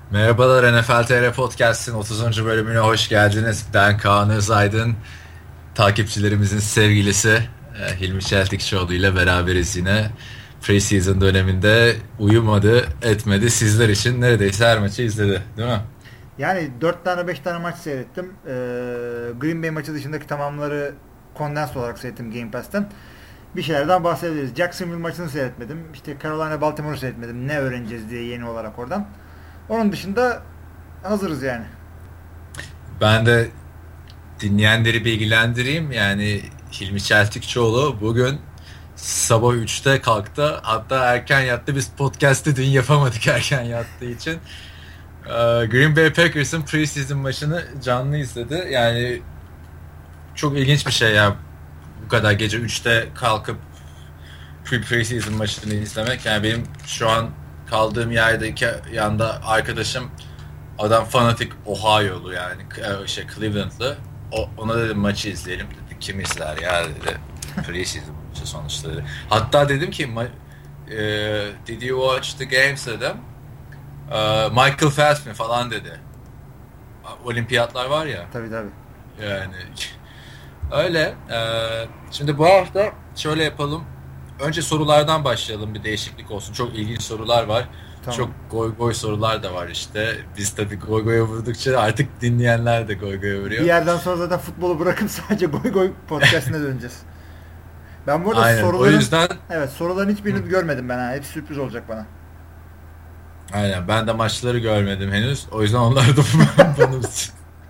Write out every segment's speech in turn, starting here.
Merhabalar, NFL TR Podcast'in 30. bölümüne hoş geldiniz. Ben Kaan Özaydın, takipçilerimizin sevgilisi Hilmi Çeltikçioğlu ile beraberiz yine. Preseason döneminde uyumadı, etmedi. Sizler için neredeyse her maçı izledi, değil mi? Yani 4 tane 5 tane maç seyrettim. Green Bay maçı dışındaki tamamları kondens olarak seyrettim Game Pass'ten. Bir şeylerden bahsedebiliriz. Jacksonville maçını seyretmedim. İşte Carolina Baltimore'u seyretmedim. Ne öğreneceğiz diye yeni olarak oradan. Onun dışında hazırız yani. Ben de dinleyenleri bilgilendireyim. Yani Hilmi Çeltikçioğlu bugün sabah 3'te kalktı. Hatta erken yattı. Biz podcast'ı dün yapamadık erken yattığı için. Green Bay Packers'ın preseason maçını canlı izledi. Yani çok ilginç bir şey ya. Bu kadar gece 3'te kalkıp preseason maçını izlemek. Yani benim şu an kaldığım yerdeki yanda arkadaşım adam fanatik Ohio'lu yani Cleveland'lı. Ona dedim maçı izleyelim dedi. Kim izler ya dedi. Preseason maçı sonuçta dedi. Hatta dedim ki did you watch the games dedim. Michael Phelps mi falan dedi. Olimpiyatlar var ya. Tabii tabii. Yani öyle. Şimdi bu hafta şöyle yapalım. Önce sorulardan başlayalım, bir değişiklik olsun. Çok ilginç sorular var. Tamam. Çok goy goy sorular da var işte. Biz tabii goy goya vurdukça artık dinleyenler de goy goya vuruyor. Bir yerden sonra zaten futbolu bırakıp sadece goy goy podcast'ine döneceğiz. Ben bu arada Aynen. O soruların yüzden soruların hiçbirini görmedim ben ha. Hepsi sürpriz olacak bana. aynen, ben de maçları görmedim henüz. O yüzden onlar da benim için.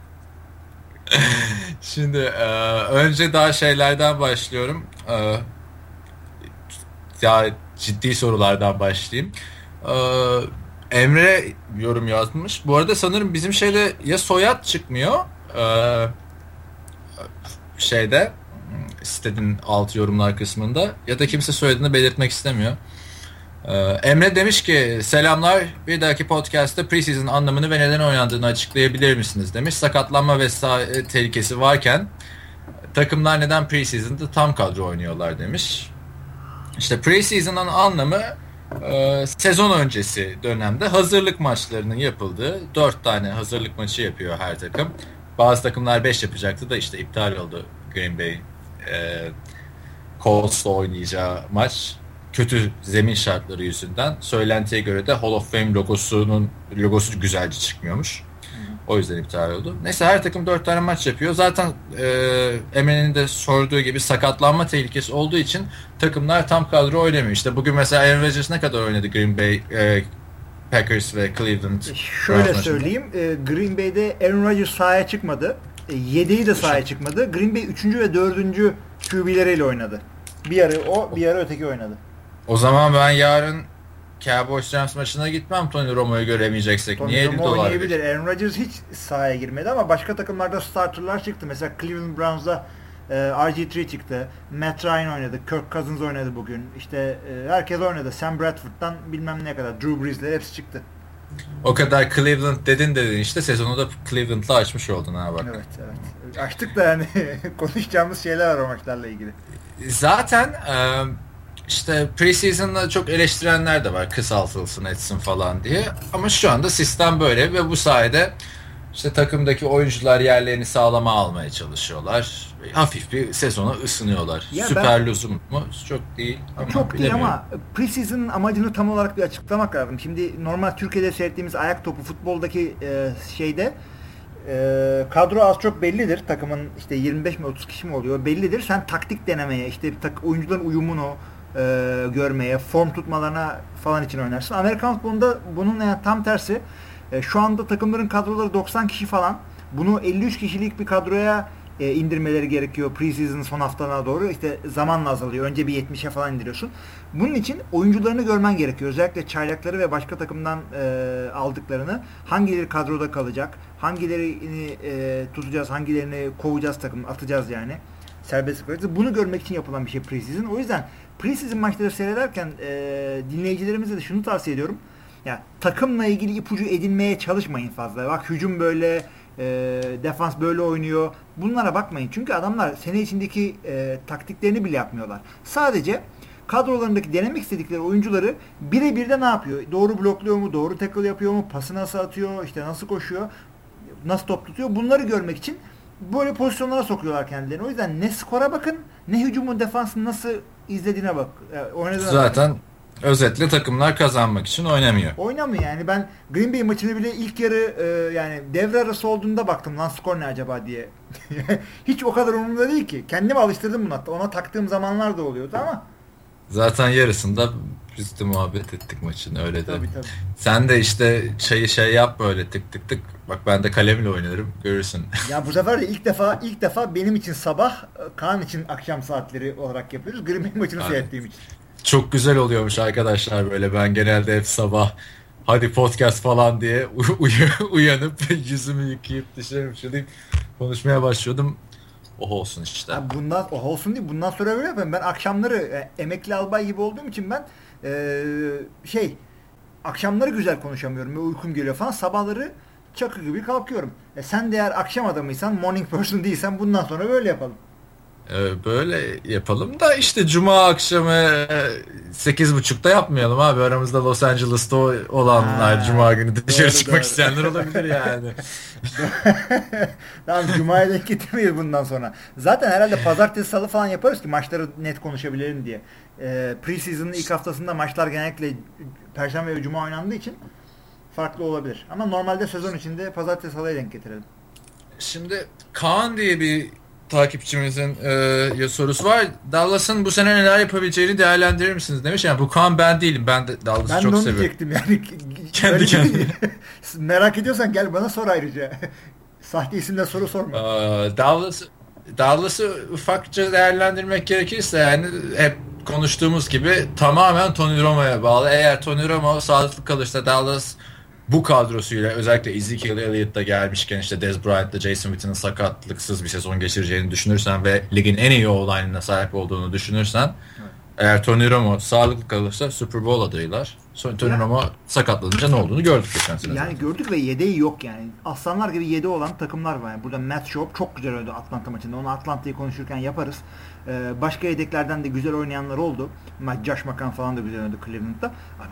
Şimdi önce daha şeylerden başlıyorum. Ya ciddi sorulardan başlayayım. Emre yorum yazmış. Bu arada sanırım bizim şeyde ya soyad çıkmıyor şeyde sitenin alt yorumlar kısmında ya da kimse soyadını belirtmek istemiyor. Emre demiş ki selamlar, bir dahaki podcast'ta preseason anlamını ve neden oynandığını açıklayabilir misiniz demiş. Sakatlanma vesaire tehlikesi varken takımlar neden preseason'da tam kadro oynuyorlar demiş. İşte preseason'ın anlamı sezon öncesi dönemde hazırlık maçlarının yapıldığı 4 tane hazırlık maçı yapıyor her takım. Bazı takımlar 5 yapacaktı da işte iptal oldu Green Bay Colts'la oynayacağı maç. Kötü zemin şartları yüzünden. Söylentiye göre de Hall of Fame logosu güzelce çıkmıyormuş. O yüzden iptal oldu. Neyse her takım 4 tane maç yapıyor. Zaten Emre'nin de sorduğu gibi sakatlanma tehlikesi olduğu için takımlar tam kadro oynamıyor. İşte bugün mesela Aaron Rodgers ne kadar oynadı Green Bay Packers ve Cleveland Şöyle söyleyeyim. Green Bay'de Aaron Rodgers sahaya çıkmadı. Yedeği de sahaya çıkmadı. Green Bay 3. ve 4. QB'leriyle oynadı. Bir yarı o, bir yarı öteki oynadı. O zaman ben yarın Cowboys Rams maçına gitmem Tony Romo'yu göremeyeceksek. Tony Niye 50 Romo dolar oynayabilir. verir? Aaron Rodgers hiç sahaya girmedi ama başka takımlarda starterlar çıktı. Mesela Cleveland Browns'da RG3 çıktı. Matt Ryan oynadı. Kirk Cousins oynadı bugün. İşte herkes oynadı. Sam Bradford'dan bilmem ne kadar. Drew Brees'ler hepsi çıktı. O kadar Cleveland dedin işte sezonu da Cleveland'la açmış oldun ha bak. Evet, evet. Açtık da yani konuşacağımız şeyler var o maçlarla ilgili. Zaten işte preseason'da çok eleştirenler de var, kısaltılsın etsin falan diye. Ama şu anda sistem böyle ve bu sayede işte takımdaki oyuncular yerlerini sağlama almaya çalışıyorlar. Hafif bir sezona ısınıyorlar. Ya Süper lüzum mu? Çok değil. Ama çok değil bilemiyorum. ama preseason'ın amacını tam olarak bir açıklamak lazım. Şimdi normal Türkiye'de seyrettiğimiz ayak topu futboldaki şeyde kadro az çok bellidir. Takımın işte 25 mi 30 kişi mi oluyor bellidir. Sen taktik denemeye, işte oyuncuların uyumunu görmeye, form tutmalarına falan için oynarsın. Amerikan futbolunda bunun yani tam tersi. Şu anda takımların kadroları 90 kişi falan. Bunu 53 kişilik bir kadroya indirmeleri gerekiyor preseason son haftalarına doğru. İşte zamanla azalıyor. Önce bir 70'e falan indiriyorsun. Bunun için oyuncularını görmen gerekiyor. Özellikle çaylakları ve başka takımdan aldıklarını. Hangileri kadroda kalacak? Hangilerini tutacağız? Hangilerini kovacağız, takım atacağız yani. Serbest bırakacağız. Bunu görmek için yapılan bir şey preseason. O yüzden preseason maçları seyrederken dinleyicilerimize de şunu tavsiye ediyorum. Ya takımla ilgili ipucu edinmeye çalışmayın fazla. Bak hücum böyle, defans böyle oynuyor. Bunlara bakmayın. Çünkü adamlar sene içindeki taktiklerini bile yapmıyorlar. Sadece kadrolarındaki denemek istedikleri oyuncuları birebir de ne yapıyor? Doğru blokluyor mu? Doğru tackle yapıyor mu? Pası nasıl atıyor? İşte nasıl koşuyor? Nasıl top tutuyor? Bunları görmek için böyle pozisyonlara sokuyorlar kendilerini. O yüzden ne skora bakın, ne hücumun defansını nasıl izlediğine bak. Oynadığına Zaten bakın. özetle takımlar kazanmak için oynamıyor. Oynamıyor yani. Ben Green Bay maçını bile ilk yarı yani devre arası olduğunda baktım lan skor ne acaba diye. Hiç o kadar umurumda değil ki. Kendimi alıştırdım buna. Ona taktığım zamanlar da oluyordu ama. Zaten yarısında biz de muhabbet ettik maçın öyle de. Tabii tabii. Sen de işte şey yap böyle tık tık tık. Bak ben de kalemle oynarım görürsün. Ya bu sefer de ilk defa benim için sabah, Kaan için akşam saatleri olarak yapıyoruz. Green Bay maçını seyrettiğim için. Çok güzel oluyormuş arkadaşlar böyle. Ben genelde hep sabah hadi podcast falan diye uyanıp yüzümü yıkayıp dışarı fırçalayıp konuşmaya başlıyordum. Oh olsun işte. Abi bundan olsun değil. Bundan sonra öyle yapıyorum. Ben akşamları emekli albay gibi olduğum için ben akşamları güzel konuşamıyorum ve uykum geliyor falan. Sabahları çakı gibi kalkıyorum. Sen de eğer akşam adamıysan, morning person değilsen bundan sonra böyle yapalım. Böyle yapalım da işte cuma akşamı 8.30'da yapmayalım abi. Aramızda Los Angeles'ta olanlar cuma günü dışarı çıkmak isteyenler olabilir yani. Tamam, cumaya denk getirmeyiz bundan sonra. Zaten herhalde pazartesi salı falan yaparız ki maçları net konuşabilelim diye. Preseason'ın ilk haftasında maçlar genellikle perşembe ve cuma oynandığı için farklı olabilir. Ama normalde sezon içinde pazartesi salıya denk getirelim. Şimdi Kaan diye bir takipçimizin sorusu var. Dallas'ın bu sene neler yapabileceğini değerlendirir misiniz demiş. Yani bu Kaan ben değilim. Ben de Dallas'ı çok seviyorum. Ben de onu diyecektim yani. Kendi kendine. Merak ediyorsan gel bana sor ayrıca. Sahte isimle soru sorma. Dallas'ı ufakça değerlendirmek gerekirse yani hep konuştuğumuz gibi tamamen Tony Romo'ya bağlı. Eğer Tony Romo sağlıklı kalırsa Dallas bu kadrosuyla özellikle Ezekiel Elliott'da gelmişken işte Dez Bryant'la Jason Witten'ın sakatlıksız bir sezon geçireceğini düşünürsen ve ligin en iyi O-line'ına sahip olduğunu düşünürsen eğer Tony Romo sağlıklı kalırsa Super Bowl adaylar. Tony Romo sakatlanınca ne olduğunu gördük geçen sene. Yani gördük ve yedeği yok yani. Aslanlar gibi yedeği olan takımlar var. Yani burada Matt Schaub çok güzel oynadı Atlanta maçında. Onu Atlanta'yı konuşurken yaparız. Başka yedeklerden de güzel oynayanlar oldu. Josh McCown falan da güzel oynadı Cleveland'da.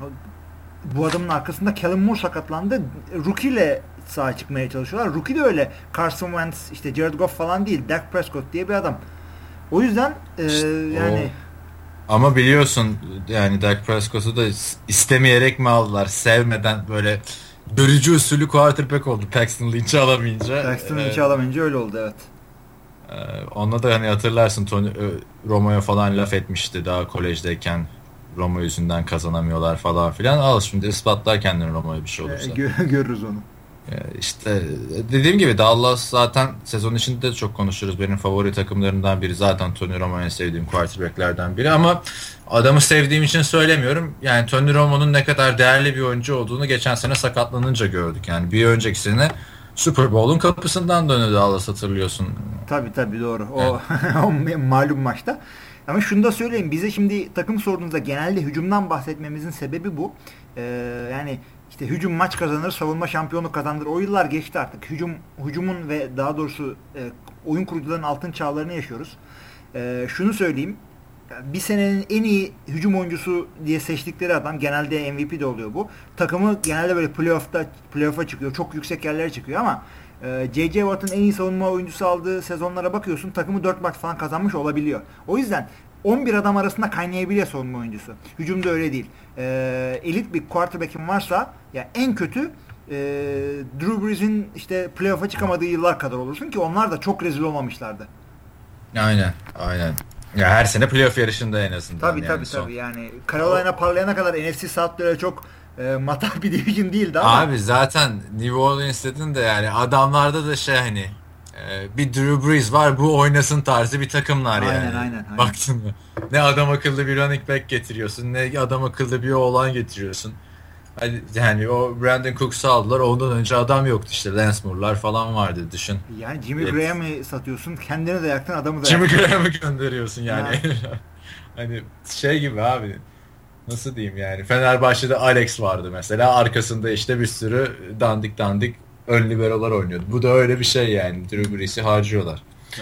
Bu adamın arkasında Kellen Moore sakatlandı. Rookie ile sahaya çıkmaya çalışıyorlar. Rookie de öyle. Carson Wentz, işte Jared Goff falan değil. Dak Prescott diye bir adam. O yüzden yani... Ama biliyorsun yani Dak Prescott'u da istemeyerek mi aldılar? Sevmeden böyle bölücü usulü quarterback oldu. Paxton Lynch'i alamayınca. Paxton Lynch'i alamayınca öyle oldu, evet. Onunla da hani hatırlarsın Tony Romo'ya falan laf etmişti daha kolejdeyken. Romo yüzünden kazanamıyorlar falan filan. Al şimdi ispatlar kendini Romo'ya bir şey olursa. Görürüz onu. İşte dediğim gibi Dallas zaten sezon içinde de çok konuşuruz. Benim favori takımlarımdan biri. Zaten Tony Romo en sevdiğim quarterback'lerden biri ama adamı sevdiğim için söylemiyorum. Yani Tony Romo'nun ne kadar değerli bir oyuncu olduğunu geçen sene sakatlanınca gördük. Yani bir önceki sene Super Bowl'un kapısından döndü Dallas, hatırlıyorsun. Tabii doğru. O, o malum maçta. Ama şunu da söyleyeyim. Bize şimdi takım sorduğunuzda genelde hücumdan bahsetmemizin sebebi bu. Yani işte hücum maç kazanır, savunma şampiyonluk kazanır. O yıllar geçti artık. Hücumun ve daha doğrusu oyun kurucuların altın çağlarını yaşıyoruz. Şunu söyleyeyim. Bir senenin en iyi hücum oyuncusu diye seçtikleri adam, genelde MVP de oluyor bu. Takımı genelde böyle playoff'a çıkıyor. Çok yüksek yerlere çıkıyor ama J.J. Watt'ın en iyi savunma oyuncusu aldığı sezonlara bakıyorsun, takımı 4 maç falan kazanmış olabiliyor. O yüzden 11 adam arasında kaynayabiliyor savunma oyuncusu. Hücumda öyle değil. Elit bir quarterback'in varsa ya en kötü Drew Brees'in işte playoff'a çıkamadığı yıllar kadar olursun ki onlar da çok rezil olmamışlardı. Aynen. Ya her sene playoff yarışında en azından. Tabii. Yani Carolina parlayana kadar NFC South'ta öyle çok matah bir division değildi ama. Abi zaten New Orleans dedin de yani adamlarda da hani bir Drew Brees var, bu oynasın tarzı bir takımlar yani. Aynen. Baktın mı? Ne adam akıllı bir running back getiriyorsun, ne adam akıllı bir oğlan getiriyorsun. Yani o Brandon Cooks'u aldılar. Ondan önce adam yoktu işte. Lance Moore'lar falan vardı, düşün. Yani Jimmy Graham'ı satıyorsun. Kendini de yaktın, adamı da yaktın. Jimmy Graham'ı gönderiyorsun yani. Hani şey gibi abi. Nasıl diyeyim yani. Fenerbahçe'de Alex vardı mesela. Arkasında işte bir sürü dandik ön liberolar oynuyordu. Bu da öyle bir şey yani. Drew Brees'i harcıyorlar.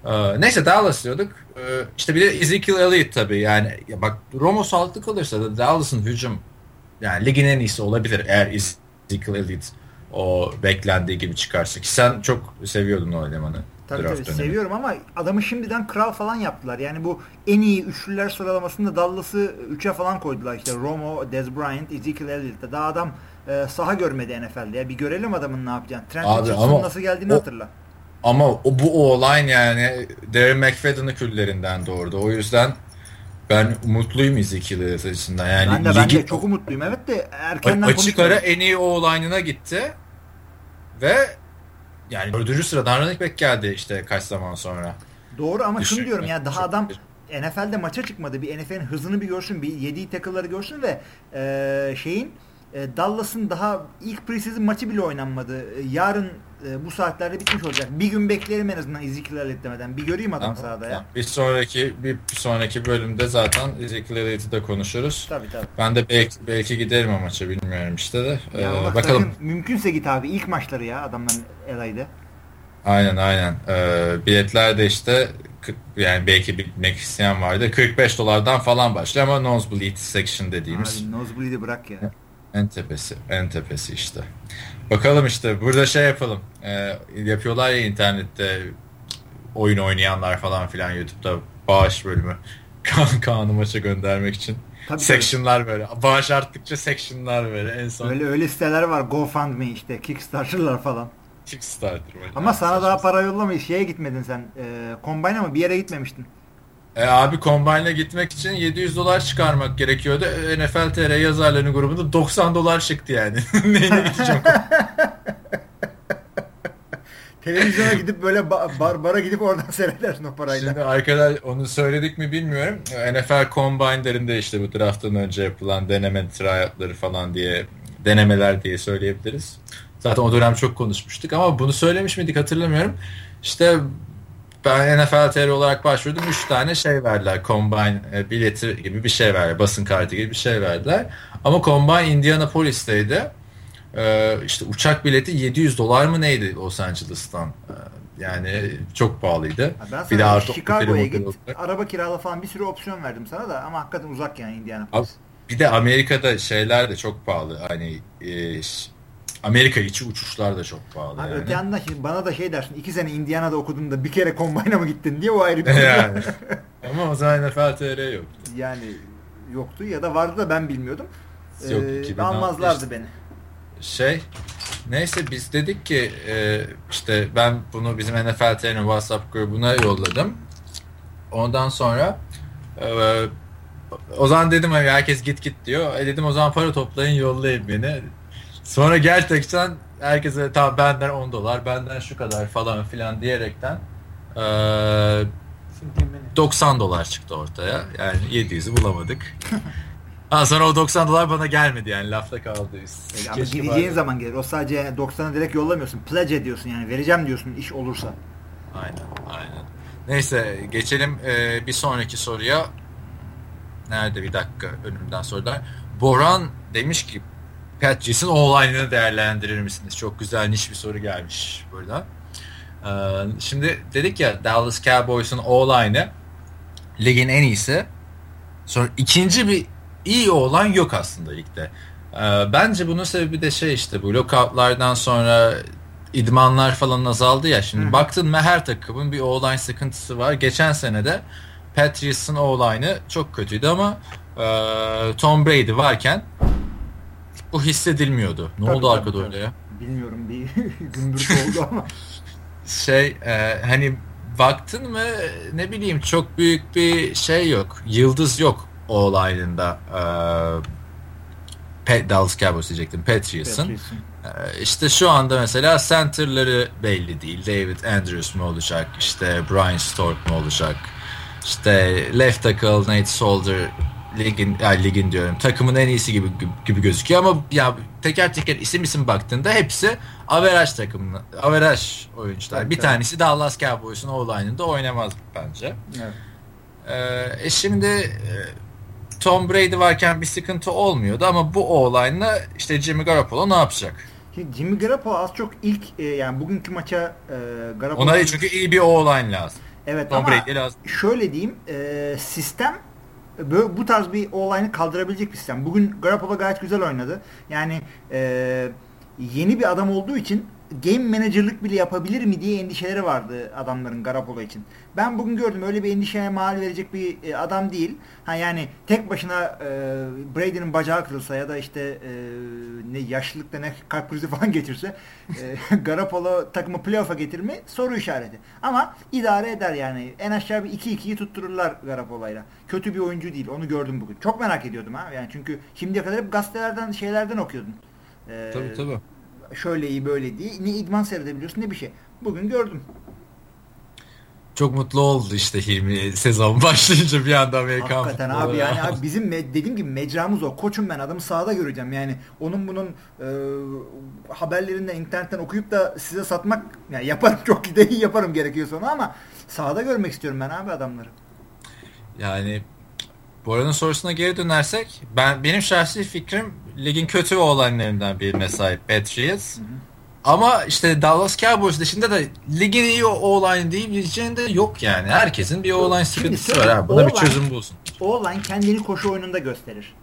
Neyse Dallas diyorduk. İşte bir de Ezekiel Elliott tabii yani ya bak Romo sağlıklı kalırsa da Dallas'ın hücum yani ligin en iyisi olabilir eğer Ezekiel Elliott o beklendiği gibi çıkarsa ki sen çok seviyordun o elemanı. Tabii seviyorum ama adamı şimdiden kral falan yaptılar. Yani bu en iyi üçlüler sıralamasında Dallas'ı 3'e falan koydular. İşte Romo, Dez Bryant, Ezekiel Elliott. Daha adam saha görmedi NFL'de. Ya bir görelim adamın ne yapacağını. Trent Richardson'ın nasıl geldiğini hatırla. Ama bu olay yani Darren McFadden'ın küllerinden doğurdu. O yüzden ben umutluyum Ezekiel Elliott açısından. Yani ben de çok umutluyum. Evet de erkenden açık ara en iyi olayına gitti ve yani 4. sıradan running back geldi işte kaç zaman sonra. Doğru ama şunu diyorum ya daha adam NFL'de maça çıkmadı. Bir NFL'in hızını bir görsün. Bir yediği tackle'ları görsün ve Dallas'ın daha ilk preseason maçı bile oynanmadı. Yarın bu saatlerde bitmiş olacak. Bir gün bekleyelim en azından Ezekiel Elliott demeden. Bir göreyim adam sahada ya. Bir sonraki bölümde zaten Ezekiel Elliott'ı da konuşuruz. Tabii. Ben de belki giderim o maça bilmiyorum işte de. Bakalım. Mümkünse git abi. İlk maçları ya adamların LA'de. Aynen. Biletler de işte yani belki bitmek isteyen vardı. $45'dan falan başlıyor ama nosebleed section dediğimiz. Abi nosebleed'i bırak ya. En tepesi işte. Bakalım işte burada şey yapalım. Yapıyorlar ya internette oyun oynayanlar falan filan YouTube'da bağış bölümü. Kaan'ı maça göndermek için. Section'lar böyle. Bağış arttıkça section'lar böyle en son. Öyle siteler var. GoFundMe işte. Kickstarter'lar falan. Kickstarter. Ama sana daha para yollamayız. Şeye gitmedin sen. Combine'a mı? Bir yere gitmemiştin. Abi Combine'a gitmek için $700 çıkarmak gerekiyordu. NFL TR yazarlarının grubunda $90 çıktı yani. Neyine gideceğim? Televizyona gidip böyle bara gidip oradan seyredersin o parayla. Şimdi arkadaş onu söyledik mi bilmiyorum. NFL Combine'lerinde işte bu drafttan önce yapılan deneme tryoutları falan diye denemeler diye söyleyebiliriz. Zaten o dönem çok konuşmuştuk ama bunu söylemiş miydik hatırlamıyorum. İşte ben NFL TR olarak başvurdum. 3 tane şey verdiler. Combine bileti gibi bir şey verdiler. Basın kartı gibi bir şey verdiler. Ama Combine Indianapolis'teydi. İşte uçak bileti $700 mı neydi Los Angeles'tan? Yani çok pahalıydı. Ben bir de artık Chicago'ya git. Araba kirala falan bir sürü opsiyon verdim sana da ama hakikaten uzak yani Indianapolis. Bir de Amerika'da şeyler de çok pahalı. Hani Amerika içi uçuşlar da çok pahalı. Abi yani. Öte yandan bana da şey dersin 2 sene Indiana'da okudun da bir kere Combine'a mı gittin diye o ayrı bir konu. Yani. Ama o zaman NFL TR yoktu. Yani yoktu ya da vardı da ben bilmiyordum. Yok, almazlardı beni. Neyse biz dedik ki işte ben bunu bizim NFL TR'nin WhatsApp grubuna yolladım. Ondan sonra o zaman dedim herkes git diyor. Dedim o zaman para toplayın yollayın beni. Sonra gerçekten herkese tamam benden $10 benden şu kadar falan filan diyerekten $90 çıktı ortaya. Yani 700'ü bulamadık. Sonra o $90 bana gelmedi yani lafta kaldı. Ama gideceğin zaman gelir. O sadece yani 90'a direkt yollamıyorsun. Pledge ediyorsun yani vereceğim diyorsun iş olursa. Aynen. Neyse geçelim bir sonraki soruya. Nerede bir dakika önümden sorular. Boran demiş ki Patrice'in O-line'ını değerlendirir misiniz? Çok güzel niş bir soru gelmiş burada. Şimdi dedik ya Dallas Cowboys'un O-line'ı ligin en iyisi. Sonra ikinci bir iyi O-line yok aslında ligde. Bence bunun sebebi de işte bu lockoutlardan sonra idmanlar falan azaldı ya. Şimdi baktın mı her takımın bir O-line sıkıntısı var. Geçen sene de Patrice'in O-line'ı çok kötüydü ama Tom Brady varken bu hissedilmiyordu. Ne oldu arkada öyle ya? Bilmiyorum bir gümbürtü oldu ama. Hani baktın mı ne bileyim çok büyük bir şey yok. Yıldız yok o olayında. Dallas Cowboys diyecektim. Patriots'ın. İşte şu anda mesela center'ları belli değil. David Andrews mu olacak? İşte Brian Stork mu olacak? İşte left tackle Nate Solder ligin diyorum. Takımın en iyisi gibi gözüküyor ama ya teker isim baktığında hepsi average takımın average oyuncular. Evet, bir tanesi Dallas Cowboys'un O-line'ında oynamaz bence. Evet. Şimdi Tom Brady varken bir sıkıntı olmuyordu ama bu O-line'la işte Jimmy Garoppolo ne yapacak? Jimmy Garoppolo az çok ilk yani bugünkü maça Garoppolo ona çünkü iyi bir O-line lazım. Evet Tom ama Brady lazım. şöyle diyeyim, sistem böyle, bu tarz bir olayını kaldırabilecek bir sistem. Bugün Garoppolo gayet güzel oynadı. Yani yeni bir adam olduğu için game manager'lık bile yapabilir mi diye endişeleri vardı adamların Garoppolo için. Ben bugün gördüm, öyle bir endişeye mal verecek bir adam değil. Ha yani tek başına Brady'nin bacağı kırılsa ya da işte ne yaşlılıkta ne kalp krizi falan geçirse Garoppolo takımı playoff'a getirme soru işareti. Ama idare eder yani. En aşağı bir 2-2'yi tuttururlar Garoppolo'yla. Kötü bir oyuncu değil. Onu gördüm bugün. Çok merak ediyordum ha. Yani çünkü şimdiye kadar hep gazetelerden şeylerden okuyordun. Tabii. Şöyle iyi böyle diye. Ne idman seyredebiliyorsun ne bir şey. Bugün gördüm. Çok mutlu oldu işte Hilmi sezon başlayınca bir anda Amerikan Hakikaten futbolu. abi, yani abi bizim dediğim gibi mecramız o. Koçum ben, adamı sahada göreceğim. Yani onun bunun haberlerinden internetten okuyup da size satmak yani yaparım, çok iyi yaparım gerekiyorsa onu, ama sahada görmek istiyorum ben abi adamları. Yani Bora'nın sorusuna geri dönersek benim şahsi fikrim ligin kötü olanlarından birine sahip Patriots. Ama işte Dallas Cowboys dışında da ligin iyi o-line diyebileceğinde yok yani. Herkesin bir o-line sıkıntısı var abi. Buna bir çözüm bulsun. O-line kendini koşu oyununda gösterir.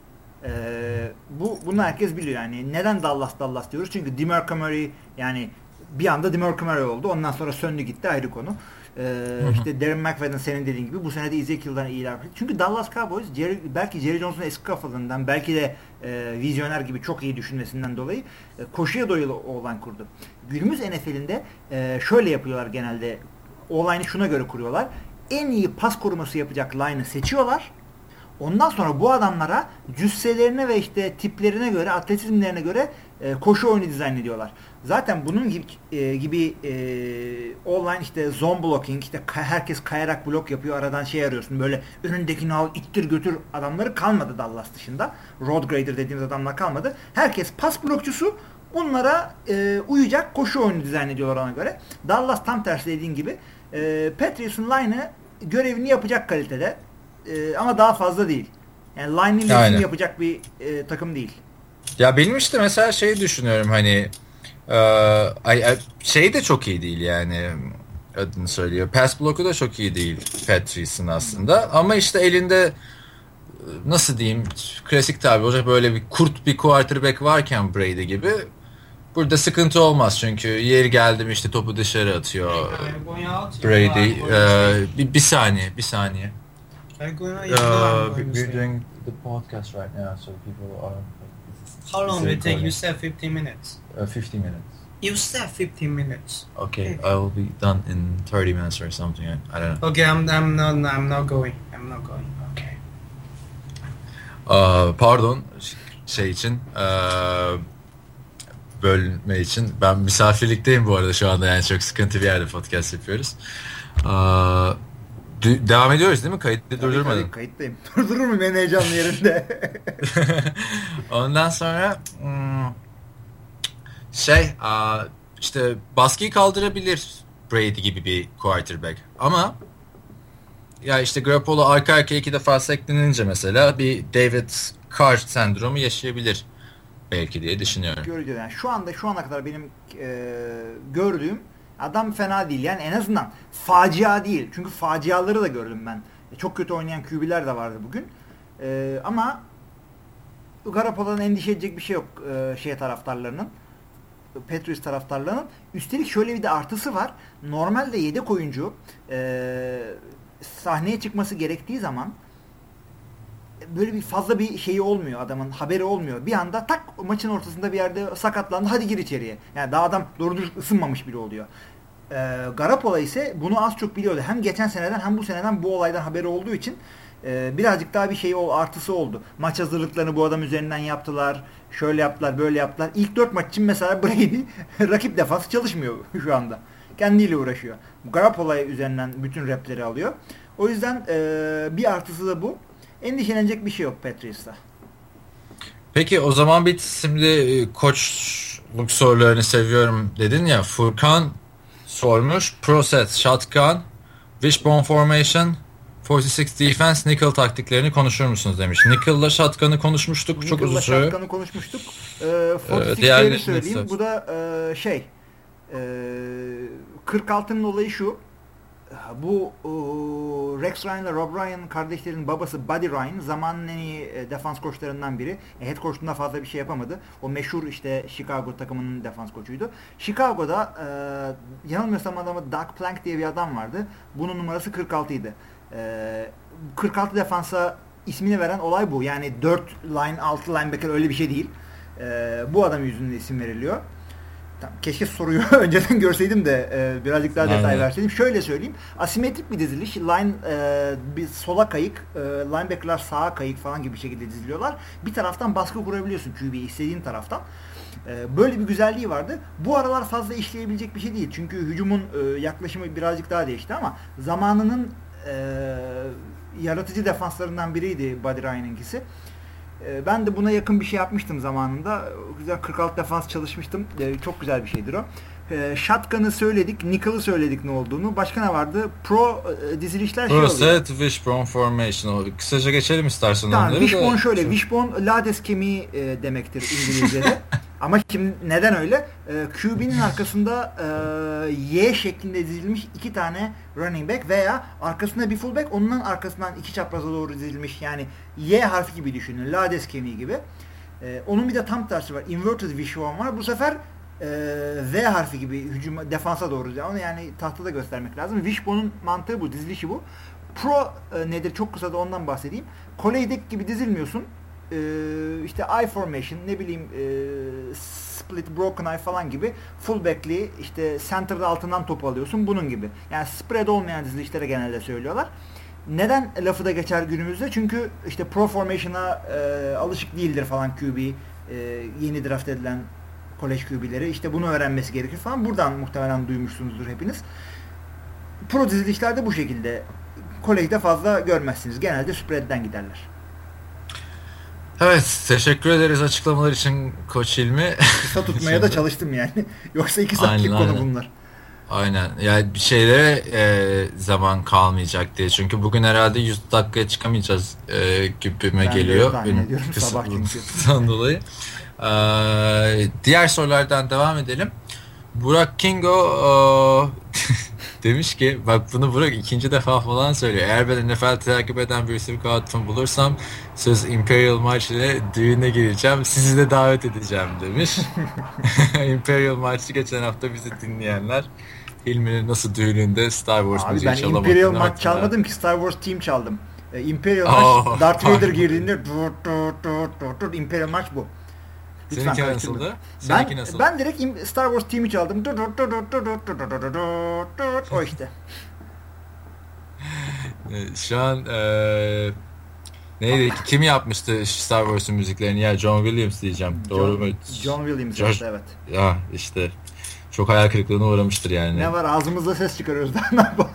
Bunu herkes biliyor yani. Neden Dallas diyoruz? Çünkü DeMarco Murray yani bir anda DeMarco Murray oldu. Ondan sonra söndü gitti, ayrı konu. İşte Darren McFadden senin dediğin gibi bu sene de Ezekiel'dan iyiler. Çünkü Dallas Cowboys belki Jerry Jones'un eski kafalığından, belki de vizyoner gibi çok iyi düşünmesinden dolayı koşuya doyalı o-line kurdu. Günümüz NFL'inde şöyle yapıyorlar genelde. O-line'i şuna göre kuruyorlar. En iyi pas koruması yapacak line'ı seçiyorlar. Ondan sonra bu adamlara cüsselerine ve işte tiplerine göre, atletizmlerine göre koşu oyunu dizayn ediyorlar. Zaten bunun gibi online işte zone blocking, işte herkes kayarak blok yapıyor, aradan şey arıyorsun, böyle önündekini al ittir götür adamları kalmadı Dallas dışında. Road grader dediğimiz adamlar kalmadı. Herkes pas blokçusu, bunlara uyacak koşu oyunu dizayn ediyorlar ona göre. Dallas tam tersi dediğin gibi Patriots'ın line'ı görevini yapacak kalitede. Ama daha fazla değil. Yani line'in yapacak bir takım değil. Ya benim işte mesela şeyi düşünüyorum hani şey de çok iyi değil yani, adını söylüyor. Pass block'u da çok iyi değil Patriots'ın aslında. Ama işte elinde nasıl diyeyim, klasik tabi olacak, böyle bir kurt bir quarterback varken Brady gibi burada sıkıntı olmaz. Çünkü yeri geldi mi işte topu dışarı atıyor Brady. Bir saniye. We're doing the podcast right now, so people are. How long will it take? You said 15 minutes. 15 minutes. You said 15 minutes. Okay, I will be done in 30 minutes or something. I don't know. Okay, I'm not going. Okay. Pardon şey için, bölme için. Ben misafirlikteyim bu arada şu anda, yani çok sıkıntı bir yerde podcast yapıyoruz. Devam ediyoruz değil mi? Kayıtlı durdurmadın. Kayıttayım. Durdurur muyum en heyecanlı yerinde? Ondan sonra işte baskıyı kaldırabilir Brady gibi bir quarterback. Ama ya işte Garoppolo arka arkaya 2 defa seklenince mesela bir David Carr sendromu yaşayabilir belki diye düşünüyorum. Göreceğiz yani. Şu ana kadar benim gördüğüm adam fena değil. Yani en azından facia değil. Çünkü faciaları da gördüm ben. Çok kötü oynayan QB'ler de vardı bugün. Ama Garoppolo'dan endişe edecek bir şey yok taraftarlarının. Patriots taraftarlarının. Üstelik şöyle bir de artısı var. Normalde yedek oyuncu sahneye çıkması gerektiği zaman böyle bir fazla bir şeyi olmuyor, adamın haberi olmuyor. Bir anda tak maçın ortasında bir yerde sakatlandı, hadi gir içeriye. Yani daha adam doğru düzgün ısınmamış bile oluyor. Garoppolo ise bunu az çok biliyordu. Hem geçen seneden hem bu seneden bu olaydan haberi olduğu için birazcık daha bir şey artısı oldu. Maç hazırlıklarını bu adam üzerinden yaptılar. Şöyle yaptılar, böyle yaptılar. İlk 4 maç için mesela Brady rakip defansı çalışmıyor şu anda. Kendiyle uğraşıyor. Garoppolo üzerinden bütün repleri alıyor. O yüzden bir artısı da bu. Endişelenecek bir şey yok Patriots'ta. Peki o zaman bir şimdi koçluk sorularını seviyorum dedin ya. Furkan sormuş. Process, shotgun, wishbone formation, 46 defense, nickel taktiklerini konuşur musunuz demiş. Nickel'la shotgun'ı konuşmuştuk. Çok uzun süre. Shotgun'ı konuşmuştuk. 46'leri söyleyeyim. Bu da 46'nın olayı şu. Bu Rex Ryan ile Rob Ryan kardeşlerin babası Buddy Ryan zamanın en iyi defans koçlarından biri. Head coach'unda fazla bir şey yapamadı. O meşhur işte Chicago takımının defans koçuydu. Chicago'da yanılmıyorsam adamı Doug Plank diye bir adam vardı. Bunun numarası 46 idi. 46 defansa ismini veren olay bu. Yani 4 line, 6 linebacker öyle bir şey değil. Bu adam yüzünden isim veriliyor. Keşke soruyu önceden görseydim de birazcık daha detay verseydim. Şöyle söyleyeyim. Asimetrik bir diziliş. Line bir sola kayık, linebacker'lar sağa kayık falan gibi bir şekilde diziliyorlar. Bir taraftan baskı kurabiliyorsun QB'yi istediğin taraftan. Böyle bir güzelliği vardı. Bu aralar fazla işleyebilecek bir şey değil. Çünkü hücumun yaklaşımı birazcık daha değişti ama zamanının yaratıcı defanslarından biriydi Buddy Ryan'ınkisi. Ben de buna yakın bir şey yapmıştım zamanında. Güzel 46 defans çalışmıştım. Çok güzel bir şeydir o. Shotgun'ı söyledik, nickel'ı söyledik ne olduğunu. Başka ne vardı? Pro dizilişler Pro set, wishbone formation. Kısaca geçelim istersen tamam, onları. Wishbone şöyle. Wishbone lades kemiği demektir İngilizce'de. Ama şimdi neden öyle? QB'nin arkasında Y şeklinde dizilmiş 2 tane running back veya arkasında bir fullback, onun arkasından 2 çapraza doğru dizilmiş. Yani Y harfi gibi düşünün. Lades kemiği gibi. Onun bir de tam tersi var. Inverted wishbone var. Bu sefer V harfi gibi hücum defansa doğru. Onu yani tahtada göstermek lazım. Wishbone'un mantığı bu. Dizilişi bu. Pro nedir? Çok kısa da ondan bahsedeyim. College'deki gibi dizilmiyorsun. İşte I formation, ne bileyim split broken eye falan gibi fullback'li işte center'da altından topu alıyorsun bunun gibi. Yani spread olmayan dizilişlere genelde söylüyorlar. Neden lafı da geçer günümüzde? Çünkü işte pro formation'a alışık değildir falan QB, yeni draft edilen kolej QB'leri. İşte bunu öğrenmesi gerekir falan. Buradan muhtemelen duymuşsunuzdur hepiniz. Pro dizilişlerde bu şekilde. Kolejde fazla görmezsiniz. Genelde spread'den giderler. Evet, teşekkür ederiz açıklamalar için Koç Hilmi. Kısa tutmaya da çalıştım yani. Yoksa 2 saatlik konu bunlar. Aynen. Yani bir şeylere zaman kalmayacak diye. Çünkü bugün herhalde 100 dakikaya çıkamayacağız gibime geliyor. Benim sabah çünkü. Dolayı. Diğer sorulardan devam edelim. Burak Kingo demiş ki, bak bunu Burak ikinci defa falan söylüyor. Eğer ben NFL takip eden birisi bir hatun bulursam söz Imperial March ile düğüne gireceğim. Sizi de davet edeceğim demiş. Imperial March'ı geçen hafta bizi dinleyenler Hilmi'nin nasıl düğününde Star Wars müziği çalamadığını. Abi ben Imperial March çalmadım ki, Star Wars Team çaldım. Imperial March Darth Vader girdiğinde Imperial March bu. Seninki nasıldı? Ben direkt Star Wars Team'i çaldım. O işte. Şu an neydi? Kim yapmıştı Star Wars'un müziklerini? Ya John Williams diyeceğim. Doğru mu? John Williams evet. Ya işte çok hayal kırıklığına uğramıştır yani. Ne var, ağzımızda ses çıkarıyoruz daha ne yapalım.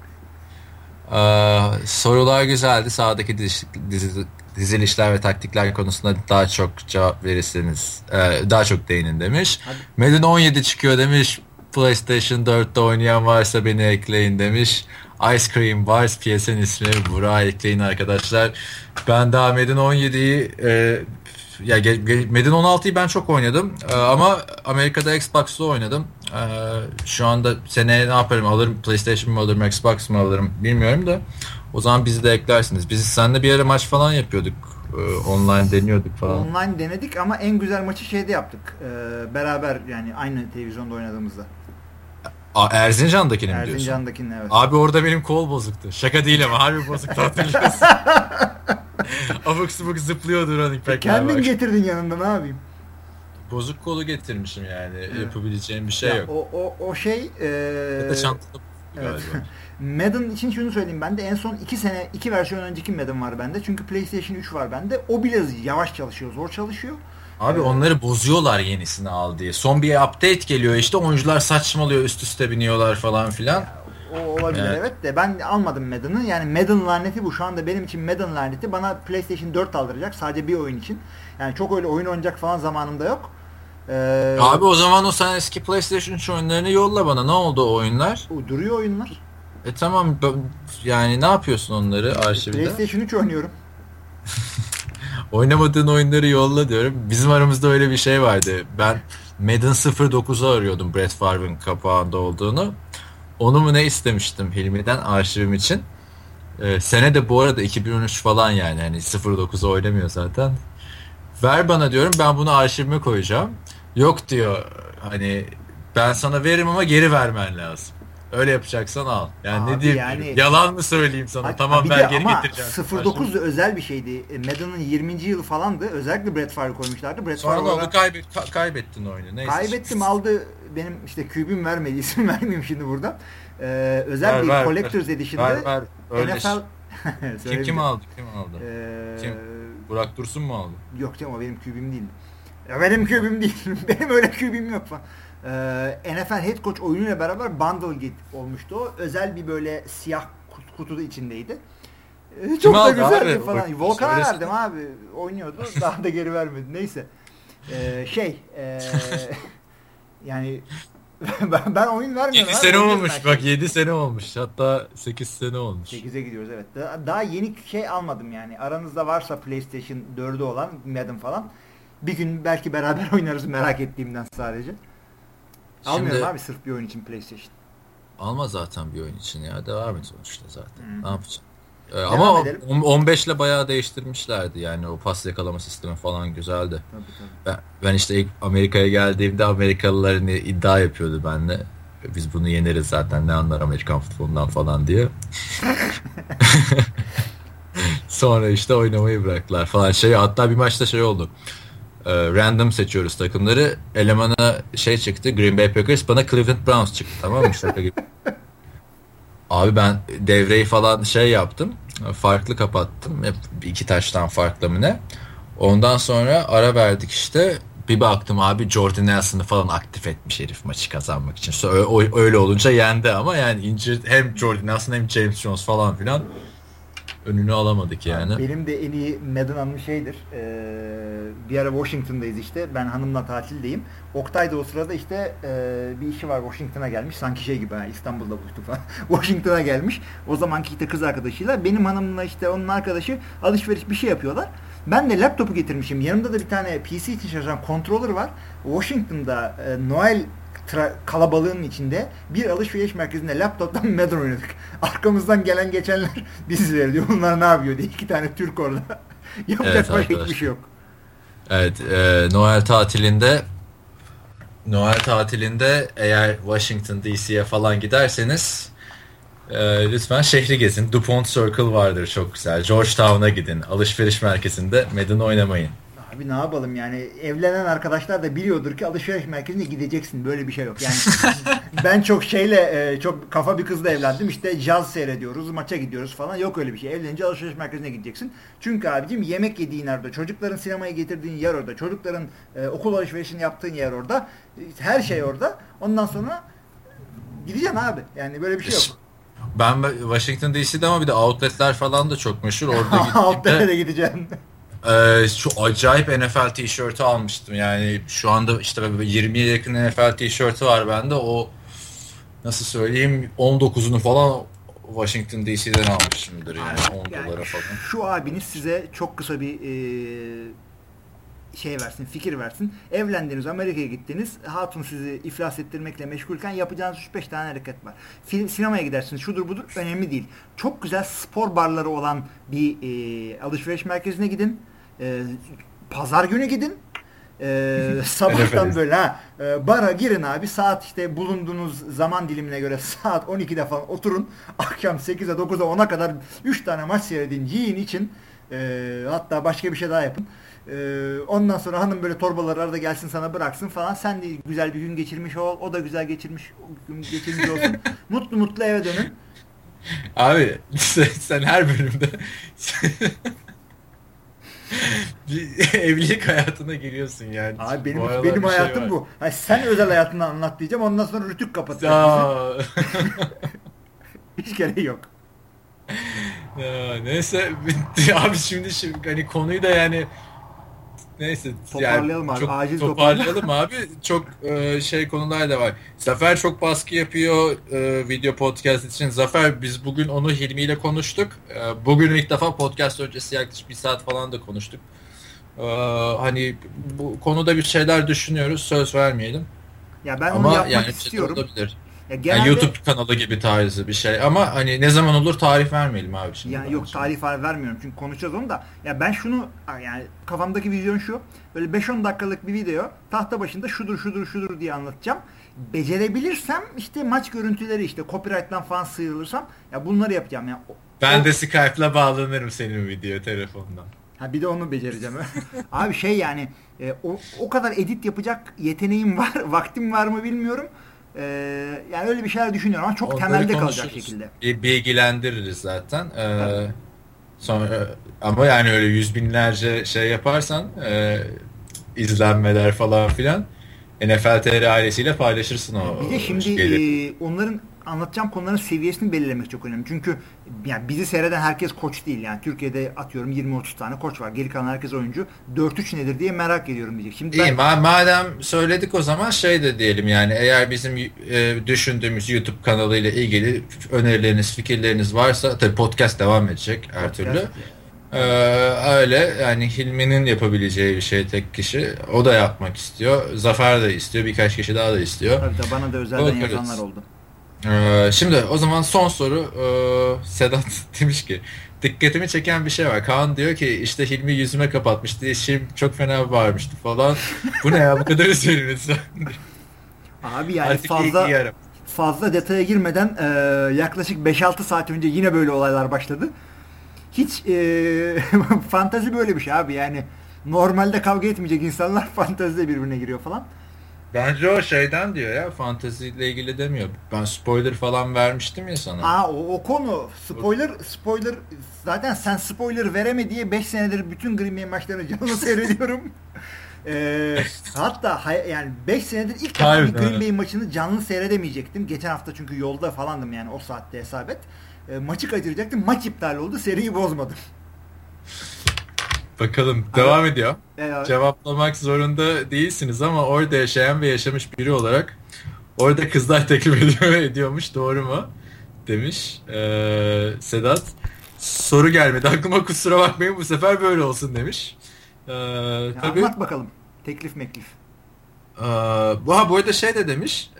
Sorular güzeldi. Sağdaki dizilişler ve taktikler konusunda daha çok cevap verirseniz daha çok değinin demiş. Madden 17 çıkıyor demiş. PlayStation 4'te oynayan varsa beni ekleyin demiş. Ice Cream Bars PSN ismi. Burak'a ekleyin arkadaşlar. Ben daha Madden 17'yi Madden 16'yı ben çok oynadım ama Amerika'da Xbox'ta oynadım. Şu anda seneye ne yaparım, alırım PlayStation mı alırım, Xbox mı alırım bilmiyorum da o zaman bizi de eklersiniz. Biz seninle bir ara maç falan yapıyorduk, online deniyorduk falan. Online denedik ama en güzel maçı şeyde yaptık, beraber yani aynı televizyonda oynadığımızda. Erzincan'dakini mi diyorsun? Erzincan'dakini evet. Abi orada benim kol bozuktu. Şaka değil ama harbi bozuktu, hatırlıyorsun. Abuk subuk zıplıyordu running back'ler. Kendin getirdin yanında, ne yapayım? Bozuk kolu getirmişim yani. Evet. Yapabileceğim bir şey yok. O şey ya da çantada evet. Madden için şunu söyleyeyim, ben de en son 2 versiyon önceki Madden var bende. Çünkü PlayStation 3 var bende. O bile yavaş çalışıyor, zor çalışıyor. Abi onları bozuyorlar yenisini al diye. Son bir update geliyor işte, oyuncular saçmalıyor, üst üste biniyorlar falan filan. O olabilir evet de ben almadım Madden'ı. Yani Madden laneti bu. Şu anda benim için Madden laneti. Bana PlayStation 4 aldıracak sadece bir oyun için. Yani çok öyle oyun oynayacak falan zamanımda yok. Abi o zaman o sen eski PlayStation 3 oyunlarını yolla bana. Ne oldu o oyunlar? Duruyor oyunlar. Tamam, yani ne yapıyorsun onları arşivde? PlayStation 3 oynuyorum. Oynamadığın oyunları yolla diyorum. Bizim aramızda öyle bir şey vardı. Ben Madden 09'u arıyordum, Brett Favre'ın kapağında olduğunu. Onu mu ne istemiştim Hilmi'den arşivim için. Sene de bu arada 2013 falan yani. Hani 09'a oynamıyor zaten. Ver bana diyorum, ben bunu arşivime koyacağım. Yok diyor, hani ben sana veririm ama geri vermen lazım. Öyle yapacaksan al. Yani Abi ne diyeyim? yani- Yalan mı söyleyeyim sana? Ha, Tamam bir ben de geri ama getireceğim. 09 da özel bir şeydi. Madden'ın 20. yılı falandı. Özellikle Brett Favre koymuşlardı. Brett Sonra ne Favre oldu? olarak Kaybettin oyunu. Neyse. kaybettim, aldı benim işte kübüm vermedi. İsim vermeyeyim şimdi burada. Özel Ver, bir ver, Collector's Edition'da Ver. Öyle. NFL Kim aldı? Kim aldı? Kim? Burak Dursun mu aldı? Yok canım, o benim kübüm değil. Ya benim kübüm değil. Benim öyle kübüm yok falan. NFL Head Coach oyunuyla beraber Bundle Kit olmuştu o. Özel bir böyle siyah kutuda içindeydi. Çok da aldı güzeldi abi? falan. Volkan'a Söylesene. verdim abi. Oynuyordu. Daha da geri vermedi. Neyse. Yani ben oyun vermiyorum. 7 abi. sene Oynuyorum olmuş. ben. Bak 7 sene olmuş. Hatta 8 sene olmuş. 8'e gidiyoruz, evet. Daha yeni şey almadım yani. Aranızda varsa PlayStation 4'ü olan Madden falan. Bir gün belki beraber oynarız, merak ettiğimden sadece. Almıyorum Şimdi abi sırf bir oyun için PlayStation. alma zaten bir oyun için ya. Devam et sonuçta zaten. Hı. Ne yapacaksın? Devam Ama edelim. 15 ile bayağı değiştirmişlerdi. Yani o pas yakalama sistemi falan güzeldi. Tabii. Ben işte ilk Amerika'ya geldiğimde Amerikalılar hani iddia yapıyordu benimle. Biz bunu yeneriz zaten, ne anlar Amerikan futbolundan falan diye. Sonra işte oynamayı bıraktılar falan. Hatta bir maçta şey oldu. Random seçiyoruz takımları. Elemana şey çıktı, Green Bay Packers, bana Cleveland Browns çıktı, tamam mı? Şaka gibi. Abi ben devreyi falan şey yaptım. Farklı kapattım. Hep 2 taştan farklı mı ne? Ondan sonra ara verdik işte. Bir baktım abi, Jordan Nelson'ı falan aktif etmiş herif maçı kazanmak için. Öyle olunca yendi ama yani hem Jordan Nelson hem James Jones falan filan önünü alamadık yani. Benim de en iyi Madden anım şeydir. Bir ara Washington'dayız işte. Ben hanımla tatildeyim. Oktay da o sırada işte bir işi var, Washington'a gelmiş. Sanki şey gibi, İstanbul'da buluştuk falan. Washington'a gelmiş. O zamanki işte kız arkadaşıyla. Benim hanımla işte onun arkadaşı alışveriş bir şey yapıyorlar. Ben de laptopu getirmişim. Yanımda da bir tane PC için çalışan controller var. Washington'da Noel kalabalığının içinde bir alışveriş merkezinde laptoptan Madden oynadık. Arkamızdan gelen geçenler bizler diyor. Bunlar ne yapıyor diye. 2 tane Türk orada. Yapacak Evet, başka hiçbir arkadaşlar. şey yok. Evet, Noel tatilinde eğer Washington DC'ye falan giderseniz lütfen şehri gezin. DuPont Circle vardır, çok güzel. Georgetown'a gidin. Alışveriş merkezinde Madden oynamayın. Abi ne yapalım yani, evlenen arkadaşlar da biliyordur ki alışveriş merkezine gideceksin, böyle bir şey yok yani. Ben çok çok kafa bir kızla evlendim, işte caz seyrediyoruz, maça gidiyoruz falan, yok öyle bir şey. Evlenince alışveriş merkezine gideceksin çünkü abicim yemek yediğin orada, çocukların sinemaya getirdiğin yer orada, çocukların okul alışverişini yaptığın yer orada, her şey orada. Ondan sonra gideceksin abi, yani böyle bir şey yok. Ben Washington DC'de ama bir de outletler falan da çok meşhur. Orada Altta gittiğimde de gideceksin. şu acayip NFL tişörtü almıştım. Yani şu anda işte 20'ye yakın NFL tişörtü var bende. O nasıl söyleyeyim, 19'unu falan Washington DC'den almışımdır yani, 10 Yani dolara falan. şu abiniz size çok kısa bir şey versin, fikir versin. Evlendiniz, Amerika'ya gittiniz. Hatun sizi iflas ettirmekle meşgulken yapacağınız 3-5 tane hareket var. Sinemaya gidersiniz, şudur budur, önemli değil. Çok güzel spor barları olan bir alışveriş merkezine gidin. Pazar günü gidin. Sabahtan böyle bara girin abi, saat işte bulunduğunuz zaman dilimine göre saat 12'de falan oturun, akşam 8'e 9'a 10'a kadar 3 tane maç seyredin, yiyin için, hatta başka bir şey daha yapın. Ondan sonra hanım böyle torbaları arada gelsin sana bıraksın falan, sen de güzel bir gün geçirmiş ol, o da güzel geçirmiş olsun. Mutlu mutlu eve dönün. Abi sen her bölümde bir evlilik hayatına giriyorsun yani. Abi Bu aralar benim bir şey hayatım var. bu. Hani sen özel hayatını anlat diyeceğim, ondan sonra rütük kapatacağız. Aa. Hiç gereği yok. Ya, neyse abi şimdi hani konuyu da yani neyse Toparlayalım yani abi, çok acil toparlayalım abi, çok şey konular da var. Zafer çok baskı yapıyor video podcast için. Zafer, biz bugün onu Hilmi ile konuştuk. Bugün ilk defa podcast öncesi yaklaşık 1 saat falan da konuştuk. Hani bu konuda bir şeyler düşünüyoruz, söz vermeyelim. Ya ben onu Ama yapmak yani istiyorum. olabilir. Ya Yani genelde YouTube kanalı gibi tarzı bir şey ama hani ne zaman olur tarih vermeyelim abi şimdi. yani yok tarih falan vermiyorum çünkü konuşacağız onu da. Ya ben şunu yani kafamdaki vizyon şu. Böyle 5-10 dakikalık bir video tahta başında şudur diye anlatacağım. Becerebilirsem işte maç görüntüleri işte copyright'tan falan sıyrılırsam ya bunları yapacağım ya. Ben de Skype'la bağlanırım senin video telefondan. Ha bir de onu becereceğim. Abi şey yani o kadar edit yapacak yeteneğim var, vaktim var mı bilmiyorum. Yani öyle bir şeyler düşünüyorum ama çok Onları temelde kalacak konuşuruz. şekilde. Bilgilendiririz zaten. Tabii. Sonra ama yani öyle yüz binlerce şey yaparsan izlenmeler falan filan NFL TR ailesiyle paylaşırsın o Bir de şimdi gelir. onların anlatacağım konuların seviyesini belirlemek çok önemli. Çünkü yani bizi seyreden herkes koç değil. Yani Türkiye'de atıyorum 20-30 tane koç var. Geri kalan herkes oyuncu. 4-3 nedir diye merak ediyorum diyecek. Şimdi İyi madem söyledik o zaman şey de diyelim yani eğer bizim düşündüğümüz YouTube kanalıyla ilgili önerileriniz, fikirleriniz varsa tabii podcast devam edecek her türlü. Öyle yani Hilmi'nin yapabileceği bir şey tek kişi. O da yapmak istiyor. Zafer de istiyor. Birkaç kişi daha da istiyor. Tabii bana da özelden Bakarız. yazanlar oldu. Şimdi o zaman son soru. Sedat demiş ki dikkatimi çeken bir şey var. Kaan diyor ki işte Hilmi yüzüme kapatmıştı. Eşim çok fena bağırmıştı falan. Bu ne ya bu kadar üzeriniz. Abi yani Artık fazla detaya girmeden yaklaşık 5-6 saat önce yine böyle olaylar başladı. Hiç fantazi böyle bir şey abi yani normalde kavga etmeyecek insanlar fantazide birbirine giriyor falan. Bence o şeyden diyor ya fanteziyle ilgili demiyor. Ben spoiler falan vermiştim ya sana. O konu spoiler zaten sen spoiler vereme diye 5 senedir bütün Green Bay maçlarını canlı seyrediyorum. Hatta yani 5 senedir ilk defa bir Green Bay maçını canlı seyredemeyecektim. Geçen hafta çünkü yolda falandım yani o saatte hesap et. Maçı kaçıracaktım. Maç iptal oldu. Seriyi bozmadım. Bakalım devam ediyor. Cevaplamak zorunda değilsiniz ama orada yaşayan ve yaşamış biri olarak orada kızlar teklif ediyormuş doğru mu? Demiş Sedat. Soru gelmedi aklıma kusura bakmayın bu sefer böyle olsun demiş. Tabii. Anlat bakalım. Teklif meklif. Bu arada şey de demiş.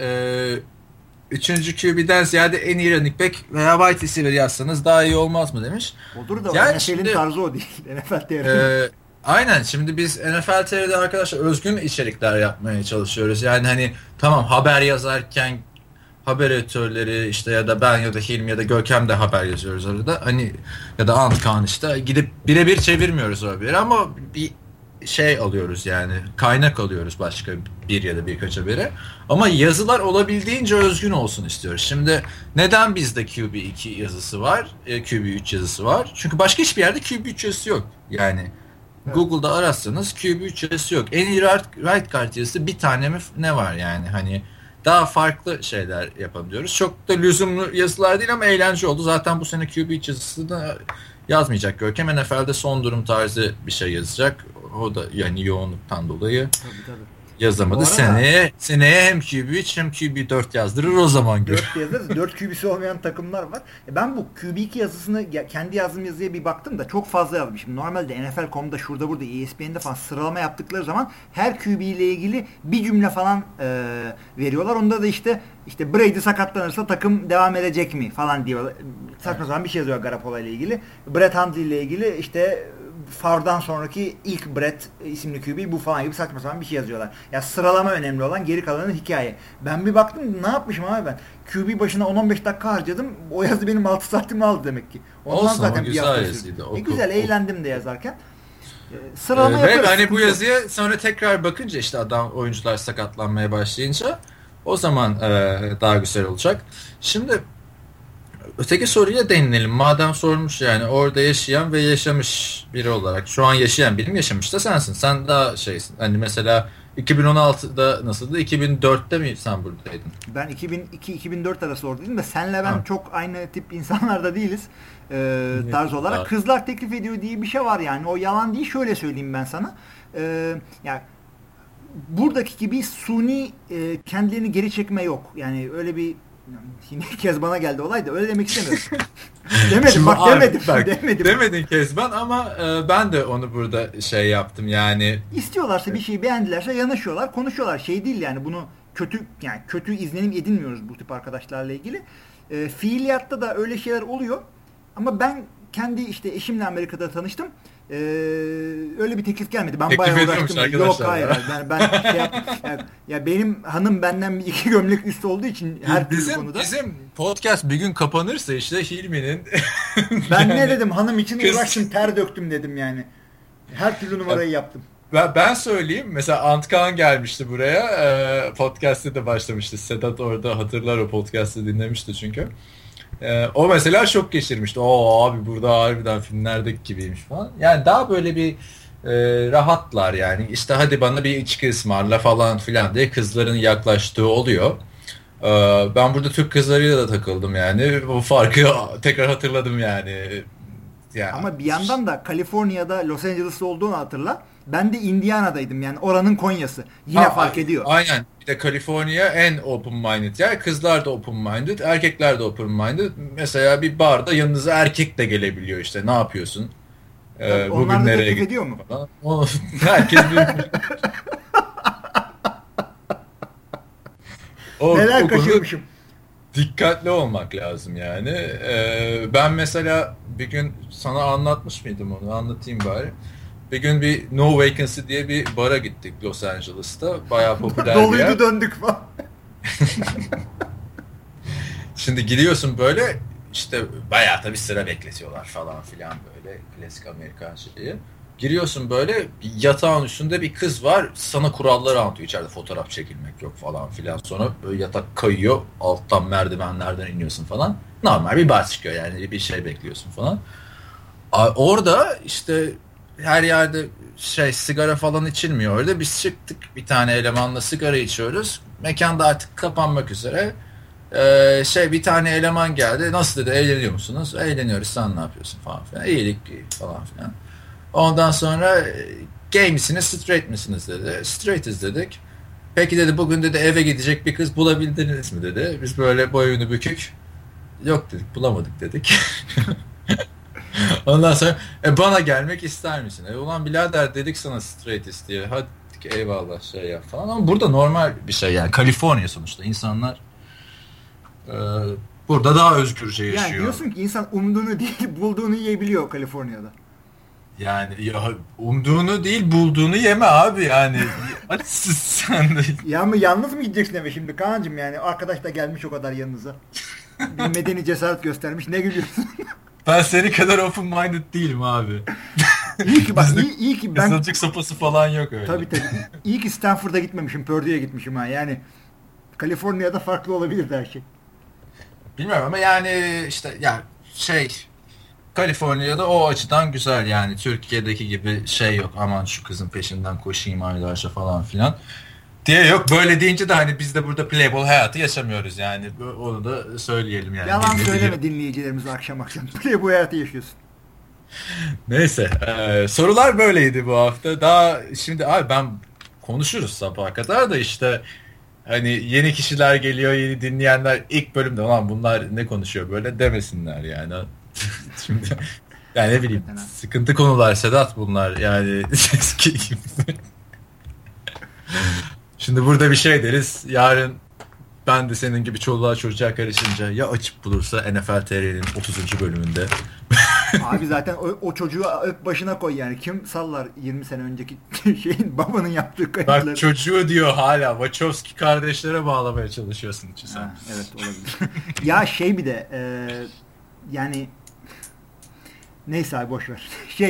Üçüncü QB'den ziyade en iyi running back veya wide receiver yazsanız daha iyi olmaz mı demiş. Olur da yani NFL'in tarzı o değil. NFL TR'de. Aynen şimdi biz NFL TR'de arkadaşlar özgün içerikler yapmaya çalışıyoruz. Yani hani tamam haber yazarken haber editörleri işte ya da ben ya da Hilmi ya da Görkem de haber yazıyoruz orada. Hani ya da Antkan işte gidip birebir çevirmiyoruz o haberi ama bir şey alıyoruz yani kaynak alıyoruz başka bir ya da birkaç habere. Ama yazılar olabildiğince özgün olsun istiyoruz. Şimdi neden bizde QB2 yazısı var? QB3 yazısı var. Çünkü başka hiçbir yerde QB3 yazısı yok. Yani evet. Google'da ararsanız QB3 yazısı yok. En iyi right guard yazısı bir tane mi ne var yani hani daha farklı şeyler yapabiliyoruz. Çok da lüzumlu yazılar değil ama eğlence oldu. Zaten bu sene QB3 yazısı da yazmayacak Görkem. NFL'de son durum tarzı bir şey yazacak. O da yani yoğunluktan dolayı tabii. yazamadı. Seneye hem QB3 hem QB4 yazdırır o zaman. 4 yazarız. 4 QB'si olmayan takımlar var. Ben bu QB2 yazısını kendi yazdığım yazıya bir baktım da çok fazla yazmışım. Normalde NFL.com'da şurada burada ESPN'de falan sıralama yaptıkları zaman her QB ile ilgili bir cümle falan veriyorlar. Onda da işte Brady sakatlanırsa takım devam edecek mi falan diyorlar. Saçma sapan bir şey yazıyor Garoppolo ile ilgili. Brett Hundley ile ilgili işte Favre'dan sonraki ilk Brett isimli QB bu falan gibi saçma sapan bir şey yazıyorlar. Ya sıralama önemli olan geri kalanın hikaye. Ben bir baktım ne yapmışım abi ben. QB başına 10-15 dakika harcadım. O yazı benim 6 saatimi aldı demek ki. Ondan olsun zaten güzel yazıydı. Güzel eğlendim de yazarken. Sıralama yaparız. Ve hani bu yazıya sonra tekrar bakınca işte oyuncular sakatlanmaya başlayınca o zaman daha güzel olacak. Şimdi öteki soruya değinelim. Madem sormuş yani orada yaşayan ve yaşamış biri olarak. Şu an yaşayan birim yaşamış da sensin. Sen daha şeysin. Hani mesela 2016'da nasıldı? 2004'te mi sen buradaydın? Ben 2002-2004 arası oradaydım da senle ben çok aynı tip insanlar da değiliz. Tarz olarak. Kızlar teklif ediyor diye bir şey var yani. O yalan değil. Şöyle söyleyeyim ben sana. Yani buradaki gibi suni kendilerini geri çekme yok. Yani öyle bir yine Kezban'a geldi olay da öyle demek istemiyorum. Demedim. Demedin Kezban ama ben de onu burada şey yaptım yani. İstiyorlarsa bir şeyi beğendilerse yanaşıyorlar, konuşuyorlar. Şey değil yani bunu kötü izlenim edinmiyoruz bu tip arkadaşlarla ilgili. Fiiliyatta da öyle şeyler oluyor. Ama ben kendi işte eşimle Amerika'da tanıştım. Öyle bir teklif gelmedi. Ben bayağı uğraştım. Yok hayır. Ben şey ya benim hanım benden bir 2 gömlek üstü olduğu için her türlü konuda. Bizim podcast bir gün kapanırsa işte Hilmi'nin ben ne dedim? Hanım için uğraştım, ter döktüm dedim yani. Her türlü numarayı yaptım. Ben söyleyeyim. Mesela Antkan gelmişti buraya. Podcast'te de başlamıştı. Sedat orada hatırlar, o podcast'ı dinlemişti çünkü. O mesela şok geçirmişti. Abi burada harbiden filmlerdeki gibiymiş falan. Yani daha böyle bir rahatlar yani. İşte hadi bana bir içki ısmarla falan filan diye kızların yaklaştığı oluyor. Ben burada Türk kızlarıyla da takıldım yani. Bu farkı tekrar hatırladım yani. Ama bir yandan da Kaliforniya'da, Los Angeles'ta olduğunu hatırla. Ben de Indiana'daydım yani, oranın Konya'sı. Yine fark ediyor. Aynen. Bir de Kaliforniya en open minded yer. Kızlar da open minded, erkekler de open minded. Mesela bir barda yanınıza erkek de gelebiliyor işte. Ne yapıyorsun? Bugün nereye teklif ediyor mu? Herkes bir... Neler kaçırmışım. Dikkatli olmak lazım yani. Ben mesela bir gün sana anlatmış mıydım onu? Anlatayım bari. Bir gün bir No Vacancy diye bir bara gittik Los Angeles'ta. Bayağı popüler bir yer. Doluydu döndük falan. Şimdi gidiyorsun böyle, işte bayağı tabii sıra bekletiyorlar falan filan, böyle klasik Amerikan şeyi. Giriyorsun böyle, yatağın üstünde bir kız var, sana kuralları anlatıyor. İçeride fotoğraf çekilmek yok falan filan. Sonra böyle yatak kayıyor, alttan merdivenlerden iniyorsun falan. Normal bir bar çıkıyor yani, bir şey bekliyorsun falan. Orada işte her yerde sigara falan içilmiyor orada. Biz çıktık, bir tane elemanla sigara içiyoruz. Mekanda artık kapanmak üzere. Bir tane eleman geldi. Nasıl dedi, eğleniyor musunuz? Eğleniyoruz, sen ne yapıyorsun falan filan. İyilik falan filan. Ondan sonra gay misiniz, straight misiniz dedi. Straight'iz dedik. Peki dedi, bugün dedi eve gidecek bir kız bulabildiniz mi dedi. Biz böyle boyunu bükük. Yok dedik, bulamadık dedik. Ondan sonra bana gelmek ister misin? Ulan birader dedik sana straight'iz diye. Hadi eyvallah şey yap falan. Ama burada normal bir şey yani. Kaliforniya sonuçta. İnsanlar burada daha özgürce yaşıyor. Yani diyorsun ki insan umduğunu değil bulduğunu yiyebiliyor Kaliforniya'da. Yani ya umduğunu değil bulduğunu yeme abi yani. Sen de. Ya mı yalnız mı gideceksin eve şimdi Kaan'cığım, yani arkadaş da gelmiş o kadar yanınıza. Bir medeni cesaret göstermiş, ne gülüyorsun? Ben seni kadar open minded değilim abi. İyi ki bak, iyi ki ben... Kızılcık sopası falan yok öyle. Tabii. İyi ki Stanford'a gitmemişim, Purdue'ye gitmişim ha. Yani Kaliforniya'da farklı olabilirdi her şey. Bilmiyorum ama yani işte ya Kaliforniya'da o açıdan güzel yani. Türkiye'deki gibi şey yok, aman şu kızın peşinden koşayım aylarca falan filan diye yok. Böyle deyince de hani biz de burada playboy hayatı yaşamıyoruz yani. Onu da söyleyelim yani. Yalan söyleme dinleyicilerimize, akşam playboy hayatı yaşıyorsun. Neyse, sorular böyleydi bu hafta. Daha şimdi abi ben konuşuruz sabaha kadar da işte hani yeni kişiler geliyor, yeni dinleyenler ilk bölümde lan bunlar ne konuşuyor böyle demesinler yani. Şimdi yani ne bileyim, sıkıntı konular Sedat bunlar yani. Şimdi burada bir şey deriz, yarın ben de senin gibi çoluğa çocuğa karışınca ya açıp bulursa NFL TR'nin 30. bölümünde. Abi zaten o çocuğu başına koy yani. Kim sallar 20 sene önceki şeyin, babanın yaptığı kayıtları. Bak çocuğu diyor hala. Wachowski kardeşlere bağlamaya çalışıyorsun sen. Ha, evet olabilir. Ya bir de yani neyse abi boş ver.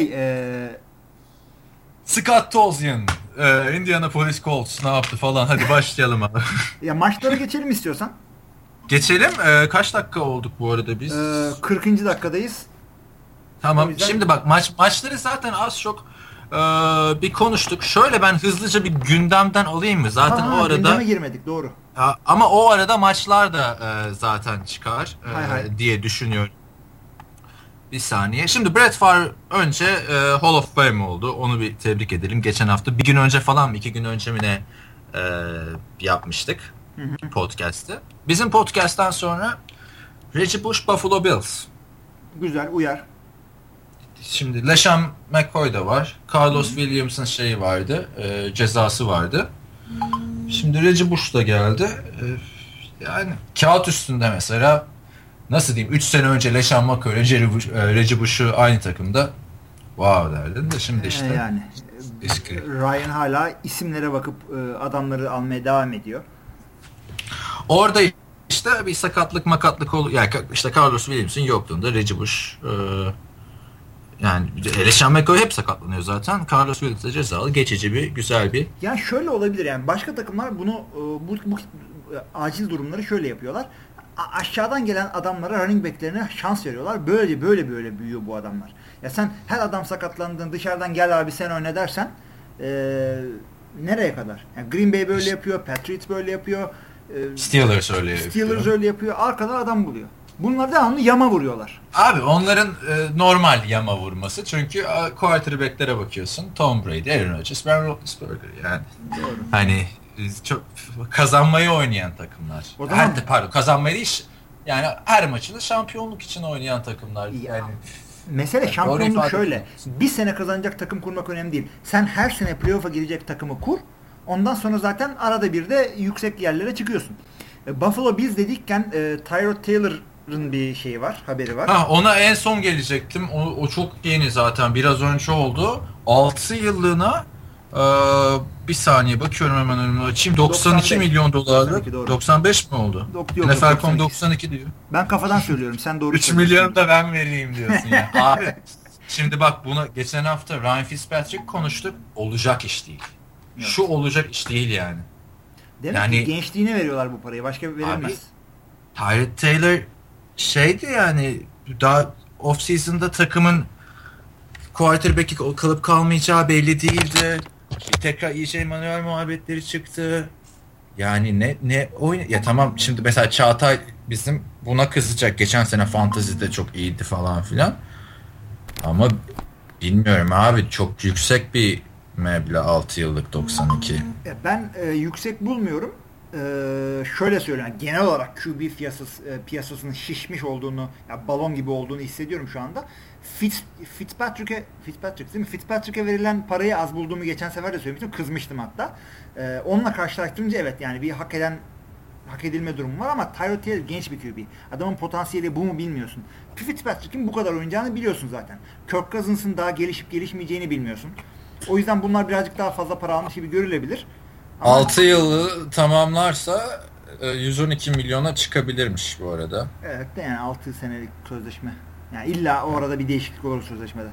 Scott Tolzien, Indianapolis Colts ne yaptı falan. Hadi başlayalım abi. Ya maçlara geçelim istiyorsan. Geçelim. Kaç dakika olduk bu arada biz? 40. dakikadayız. Tamam. Şimdi bak maçları zaten az çok bir konuştuk. Şöyle ben hızlıca bir gündemden alayım mı? Zaten o arada gündeme girmedik, doğru. Ama o arada maçlar da zaten çıkar diye düşünüyorum. Bir saniye. Şimdi Brett Favre önce Hall of Fame oldu. Onu bir tebrik edelim. Geçen hafta bir gün önce falan mı, 2 gün önce mi ne yapmıştık podcast'ı. Bizim podcast'tan sonra Reggie Bush Buffalo Bills. Güzel, uyar. Şimdi LeSean McCoy da var. Carlos Williams'ın şeyi vardı. Cezası vardı. Şimdi Reggie Bush da geldi. Yani kağıt üstünde mesela nasıl diyeyim 3 sene önce LeSean McCoy, Reggie Bush'u aynı takımda wow derdin de şimdi işte yani eski. Ryan hala isimlere bakıp adamları almaya devam ediyor. Orada işte bir sakatlık yani işte Carlos Williams'in yokluğunda Reggie Bush yani LeSean McCoy hep sakatlanıyor zaten. Carlos Williams de cezalı. Geçici bir güzel bir. Yani şöyle olabilir yani başka takımlar bunu bu acil durumları şöyle yapıyorlar. Aşağıdan gelen adamlara running back'lerine şans veriyorlar. Böyle büyüyor bu adamlar. Ya sen her adam sakatlandığında dışarıdan gel abi sen oyna dersen nereye kadar? Yani Green Bay böyle yapıyor, Patriots böyle yapıyor. Steelers öyle yapıyor. Arkadan adam buluyor. Bunlar devamlı yama vuruyorlar. Abi onların normal yama vurması. Çünkü quarterback'lere bakıyorsun. Tom Brady, Aaron Rodgers, Ben Roethlisberger yani. Doğru. Hani çok kazanmayı oynayan takımlar. Kazanmayı değil. Yani her maçını şampiyonluk için oynayan takımlar. Yani mesele şampiyonluk şöyle. Bir sene kazanacak takım kurmak önemli değil. Sen her sene playoff'a girecek takımı kur. Ondan sonra zaten arada bir de yüksek yerlere çıkıyorsun. Buffalo Bills dedikken Tyrod Taylor'ın bir şeyi var, haberi var. Ona en son gelecektim. O çok yeni zaten. Biraz önce oldu. 6 yıllığına bir saniye bakıyorum hemen önüme açayım. 92 milyon dolarlık. 95 mi oldu? NFL.com 92 diyor. Ben kafadan söylüyorum. Sen doğru 3 milyon da ben vereyim diyorsun ya. Abi şimdi bak buna geçen hafta Ryan Fitzpatrick konuştuk. Olacak iş değil. Evet. Şu olacak iş değil yani. Demek yani, ki gençliğine veriyorlar bu parayı. Başka verilmez. Tyrod Taylor şeydi yani daha off season'da takımın quarterback'i kalıp kalmayacağı belli değildi. Tekrar EJ Manuel muhabbetleri çıktı. Yani ne oyun ya tamam şimdi mesela Çağatay bizim buna kızacak. Geçen sene Fantasy'de çok iyiydi falan filan. Ama bilmiyorum abi çok yüksek bir meblağ 6 yıllık 92. Ben yüksek bulmuyorum. Şöyle söyleyeyim. Genel olarak QB piyasasının şişmiş olduğunu, ya balon gibi olduğunu hissediyorum şu anda. Fitzpatrick'e verilen parayı az bulduğumu geçen sefer de söylemiştim. Kızmıştım hatta. Onunla karşılaştırınca evet yani bir hak edilme durumu var ama Tyrod Taylor genç bir QB. Adamın potansiyeli bu mu bilmiyorsun. Fitzpatrick'in bu kadar oynayacağını biliyorsun zaten. Kirk Cousins'ın daha gelişip gelişmeyeceğini bilmiyorsun. O yüzden bunlar birazcık daha fazla para almış gibi görülebilir. Ama 6 yılı tamamlarsa 112 milyona çıkabilirmiş bu arada. Evet de yani 6 senelik sözleşme. Yani illa o arada bir değişiklik olur sözleşmede.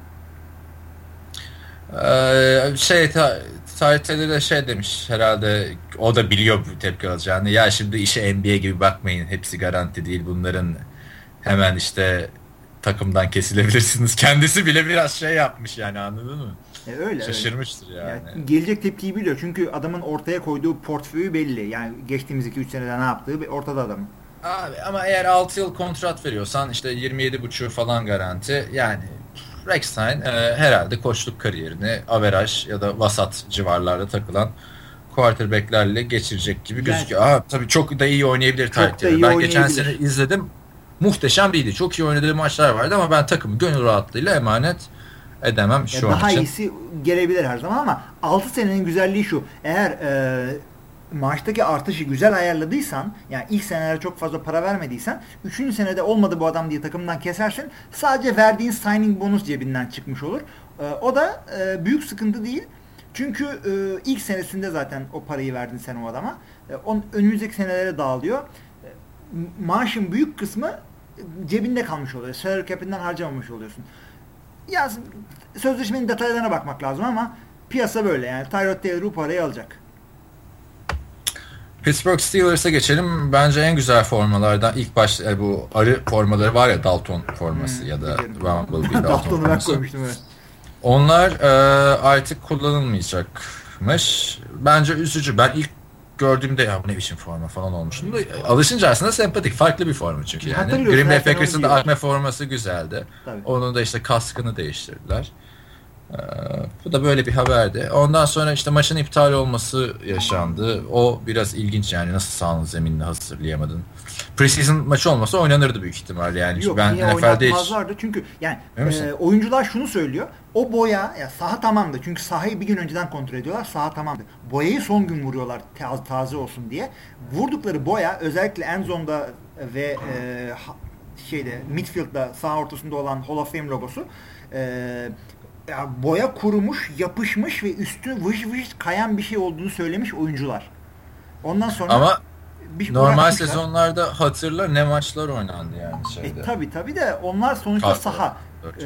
Tayyip'te de şey demiş herhalde o da biliyor bu tepki alacağını. Ya şimdi işe NBA gibi bakmayın. Hepsi garanti değil. Bunların hemen işte takımdan kesilebilirsiniz. Kendisi bile biraz şey yapmış yani anladın mı? Öyle. Şaşırmıştır yani. Gelecek tepkiyi biliyor. Çünkü adamın ortaya koyduğu portföyü belli. Yani geçtiğimiz 2-3 senede ne yaptığı ortada adamın. Abi ama eğer 6 yıl kontrat veriyorsan işte 27,5 falan garanti yani Rex-Stein herhalde koçluk kariyerini averaj ya da vasat civarlarda takılan quarterback'lerle geçirecek gibi gözüküyor. Tabii çok da iyi oynayabilir Tayyip'te. Ben geçen sene izledim. Muhteşem değildi. Çok iyi oynadığı maçlar vardı ama ben takımı gönül rahatlığıyla emanet edemem şu an için. Daha iyisi gelebilir her zaman ama 6 senenin güzelliği şu. Eğer maaştaki artışı güzel ayarladıysan, yani ilk senelere çok fazla para vermediysen, 3. senede olmadı bu adam diye takımdan kesersin. Sadece verdiğin signing bonus cebinden çıkmış olur. O da büyük sıkıntı değil. Çünkü ilk senesinde zaten o parayı verdin sen o adama. Önümüzdeki senelere dağılıyor. Maaşın büyük kısmı cebinde kalmış oluyor. Salary cap'inden harcamamış oluyorsun. Ya sözleşmenin detaylarına bakmak lazım ama piyasa böyle yani. Tyrod Taylor bu parayı alacak. Pittsburgh Steelers'a geçelim. Bence en güzel formalardan ilk baş bu arı formaları var ya Dalton forması ya da Bumblebee Dalton forması. Onlar artık kullanılmayacakmış. Bence üzücü. Ben ilk gördüğümde ya bu ne biçim forma falan olmuştum da alışınca aslında sempatik. Farklı bir forma çünkü yani. Green Bay Packers'ın da Acme forması güzeldi. Tabii. Onun da işte kaskını değiştirdiler. Bu da böyle bir haberdi. Ondan sonra işte maçın iptal olması yaşandı. O biraz ilginç yani, nasıl sahanın zeminini hazırlayamadın. Preseason maçı olmasa oynanırdı büyük ihtimalle yani. Yok, Ben niye NFL'de hiç... oynatmazlardı? Çünkü yani Emin misin? oyuncular şunu söylüyor. O boya, ya saha tamamdı. Çünkü sahayı bir gün önceden kontrol ediyorlar. Saha tamamdı. Boyayı son gün vuruyorlar taze olsun diye. Vurdukları boya özellikle end zone'da ve midfield'da sağ ortasında olan Hall of Fame logosu ya boya kurumuş, yapışmış ve üstü vıj vıj kayan bir şey olduğunu söylemiş oyuncular. Ondan sonra Ama normal uğraşmışlar. sezonlarda hatırla ne maçlar oynandı yani şeyde. Tabii de onlar sonuçta Farklı. saha.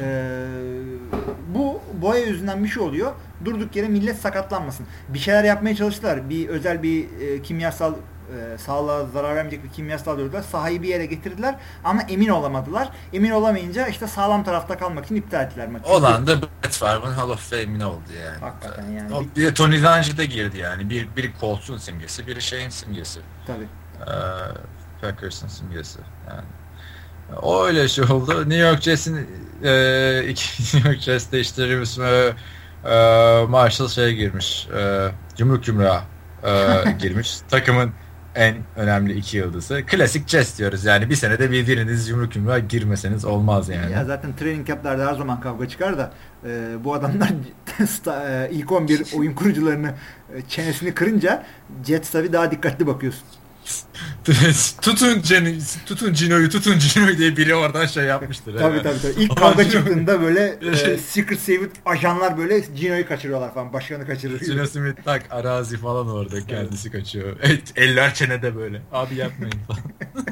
Bu boya yüzünden bir şey oluyor. Durduk yere millet sakatlanmasın. Bir şeyler yapmaya çalıştılar. Bir özel bir kimyasal sağlığa zarar vermeyecek bir kimyasal dördüler. Sahayı bir yere getirdiler ama emin olamadılar. Emin olamayınca işte sağlam tarafta kalmak için iptal ettiler maçı. Olan da Brett Favre'ın Hall of Fame'ine oldu yani. Hakikaten yani. Bir de Tony Dungy de girdi yani. Biri Colts'un simgesi, biri şeyin simgesi. Tabii. Packers'ın simgesi. Yani. O öyle şey oldu. New York Jets'in New York Jets'te işte Reeves Marshall girmiş. Yumruk yumruğa girmiş. Takımın en önemli iki yıldızı. Klasik Jets diyoruz yani. Bir senede birbiriniz yumruk yumruğa girmeseniz olmaz yani. Ya zaten training camp'larda her zaman kavga çıkar da bu adamlar ilk 11 oyun kurucularını çenesini kırınca Jets tabii daha dikkatli bakıyorsun. tutun Gino'yu diye biri oradan şey yapmıştır. Tabii. İlk kavga çıktığında böyle Secret Service ajanlar böyle Gino'yu kaçırıyorlar falan. Başkanı kaçırır. Gino Smith tak arazi falan orada kendisi kaçıyor. Eller çenede böyle. Abi yapmayın falan.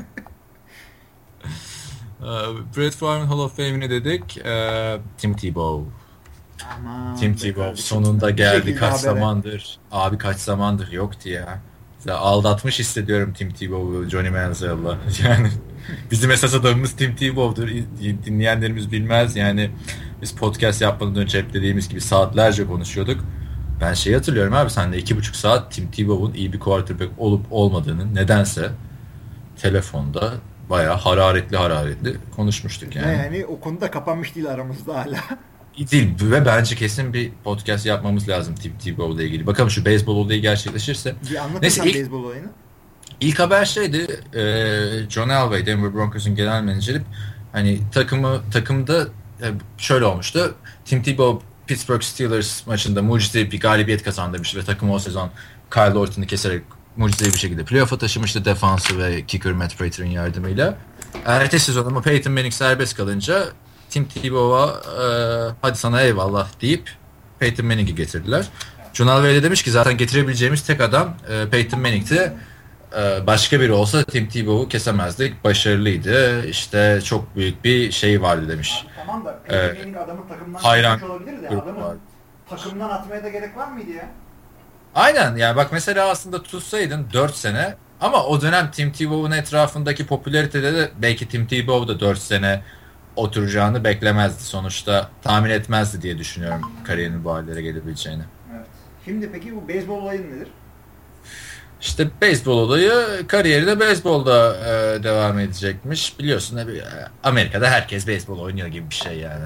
Brett Favre'ın Hall of Fame'ini dedik. Tim Tebow. Aman Tim be Tebow kardeşim. sonunda geldi. şekilde Kaç habere. zamandır. Abi kaç zamandır yoktu ya. Aldatmış hissediyorum Tim Tebow'u Johnny Manziel'la. Yani bizim esas adamımız Tim Tebow'dur. Dinleyenlerimiz bilmez. Yani biz podcast yapmadan önce hep dediğimiz gibi saatlerce konuşuyorduk. Ben şeyi hatırlıyorum abi, senle 2,5 saat Tim Tebow'un iyi bir quarterback olup olmadığını nedense telefonda bayağı hararetli konuşmuştuk yani. Yani o konuda kapanmış değil aramızda hala. Değil ve bence kesin bir podcast yapmamız lazım Tim Tebow'la ilgili. Bakalım şu beyzbol olayı gerçekleşirse. Bir anlatırsan Neyse, beyzbol olayını. İlk haber şeydi, John Elway, Denver Broncos'un genel menajeri, hani takımda şöyle olmuştu. Tim Tebow Pittsburgh Steelers maçında mucizevi bir galibiyet kazandırmıştı ve takımı o sezon Kyle Orton'u keserek mucizevi bir şekilde playoff'a taşımıştı defansı ve kicker Matt Prater'ın yardımıyla. Ertesi sezon ama Peyton Manning serbest kalınca Tim Tebow'a hadi sana eyvallah deyip Peyton Manning'i getirdiler. John Elway de demiş ki zaten getirebileceğimiz tek adam Peyton Manning'ti. Başka biri olsa Tim Tebow'u kesemezdik. Başarılıydı. İşte çok büyük bir şey vardı demiş. Tamam da Peyton Manning adamı takımdan hayran atmış olabilir de grup adamı vardı. takımdan atmaya da gerek var mıydı ya? Aynen yani bak mesela aslında tutsaydın 4 sene ama o dönem Tim Tebow'un etrafındaki popülaritede de belki Tim Tebow da 4 sene oturacağını beklemezdi. Sonuçta tahmin etmezdi diye düşünüyorum kariyerinin bu hallere gelebileceğini. Evet. Şimdi peki bu beyzbol olayı nedir? İşte beyzbol olayı, kariyeri de beyzbolda devam edecekmiş. Biliyorsun Amerika'da herkes beyzbol oynuyor gibi bir şey yani.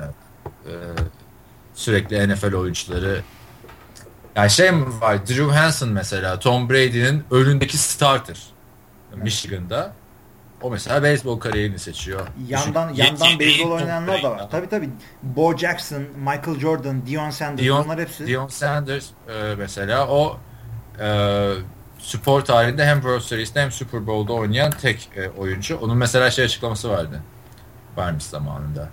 Sürekli NFL oyuncuları. Yani şey var, Drew Hansen mesela Tom Brady'nin önündeki starter. Michigan'da. O mesela beyzbol kariyerini seçiyor. Yandan beyzbol oynayanlar da var. Tabii. Bo Jackson, Michael Jordan, Deion Sanders bunlar hepsi. Deion Sanders mesela o spor tarihinde hem World Series'te hem Super Bowl'da oynayan tek oyuncu. Onun mesela şey açıklaması vardı. Varmış zamanında.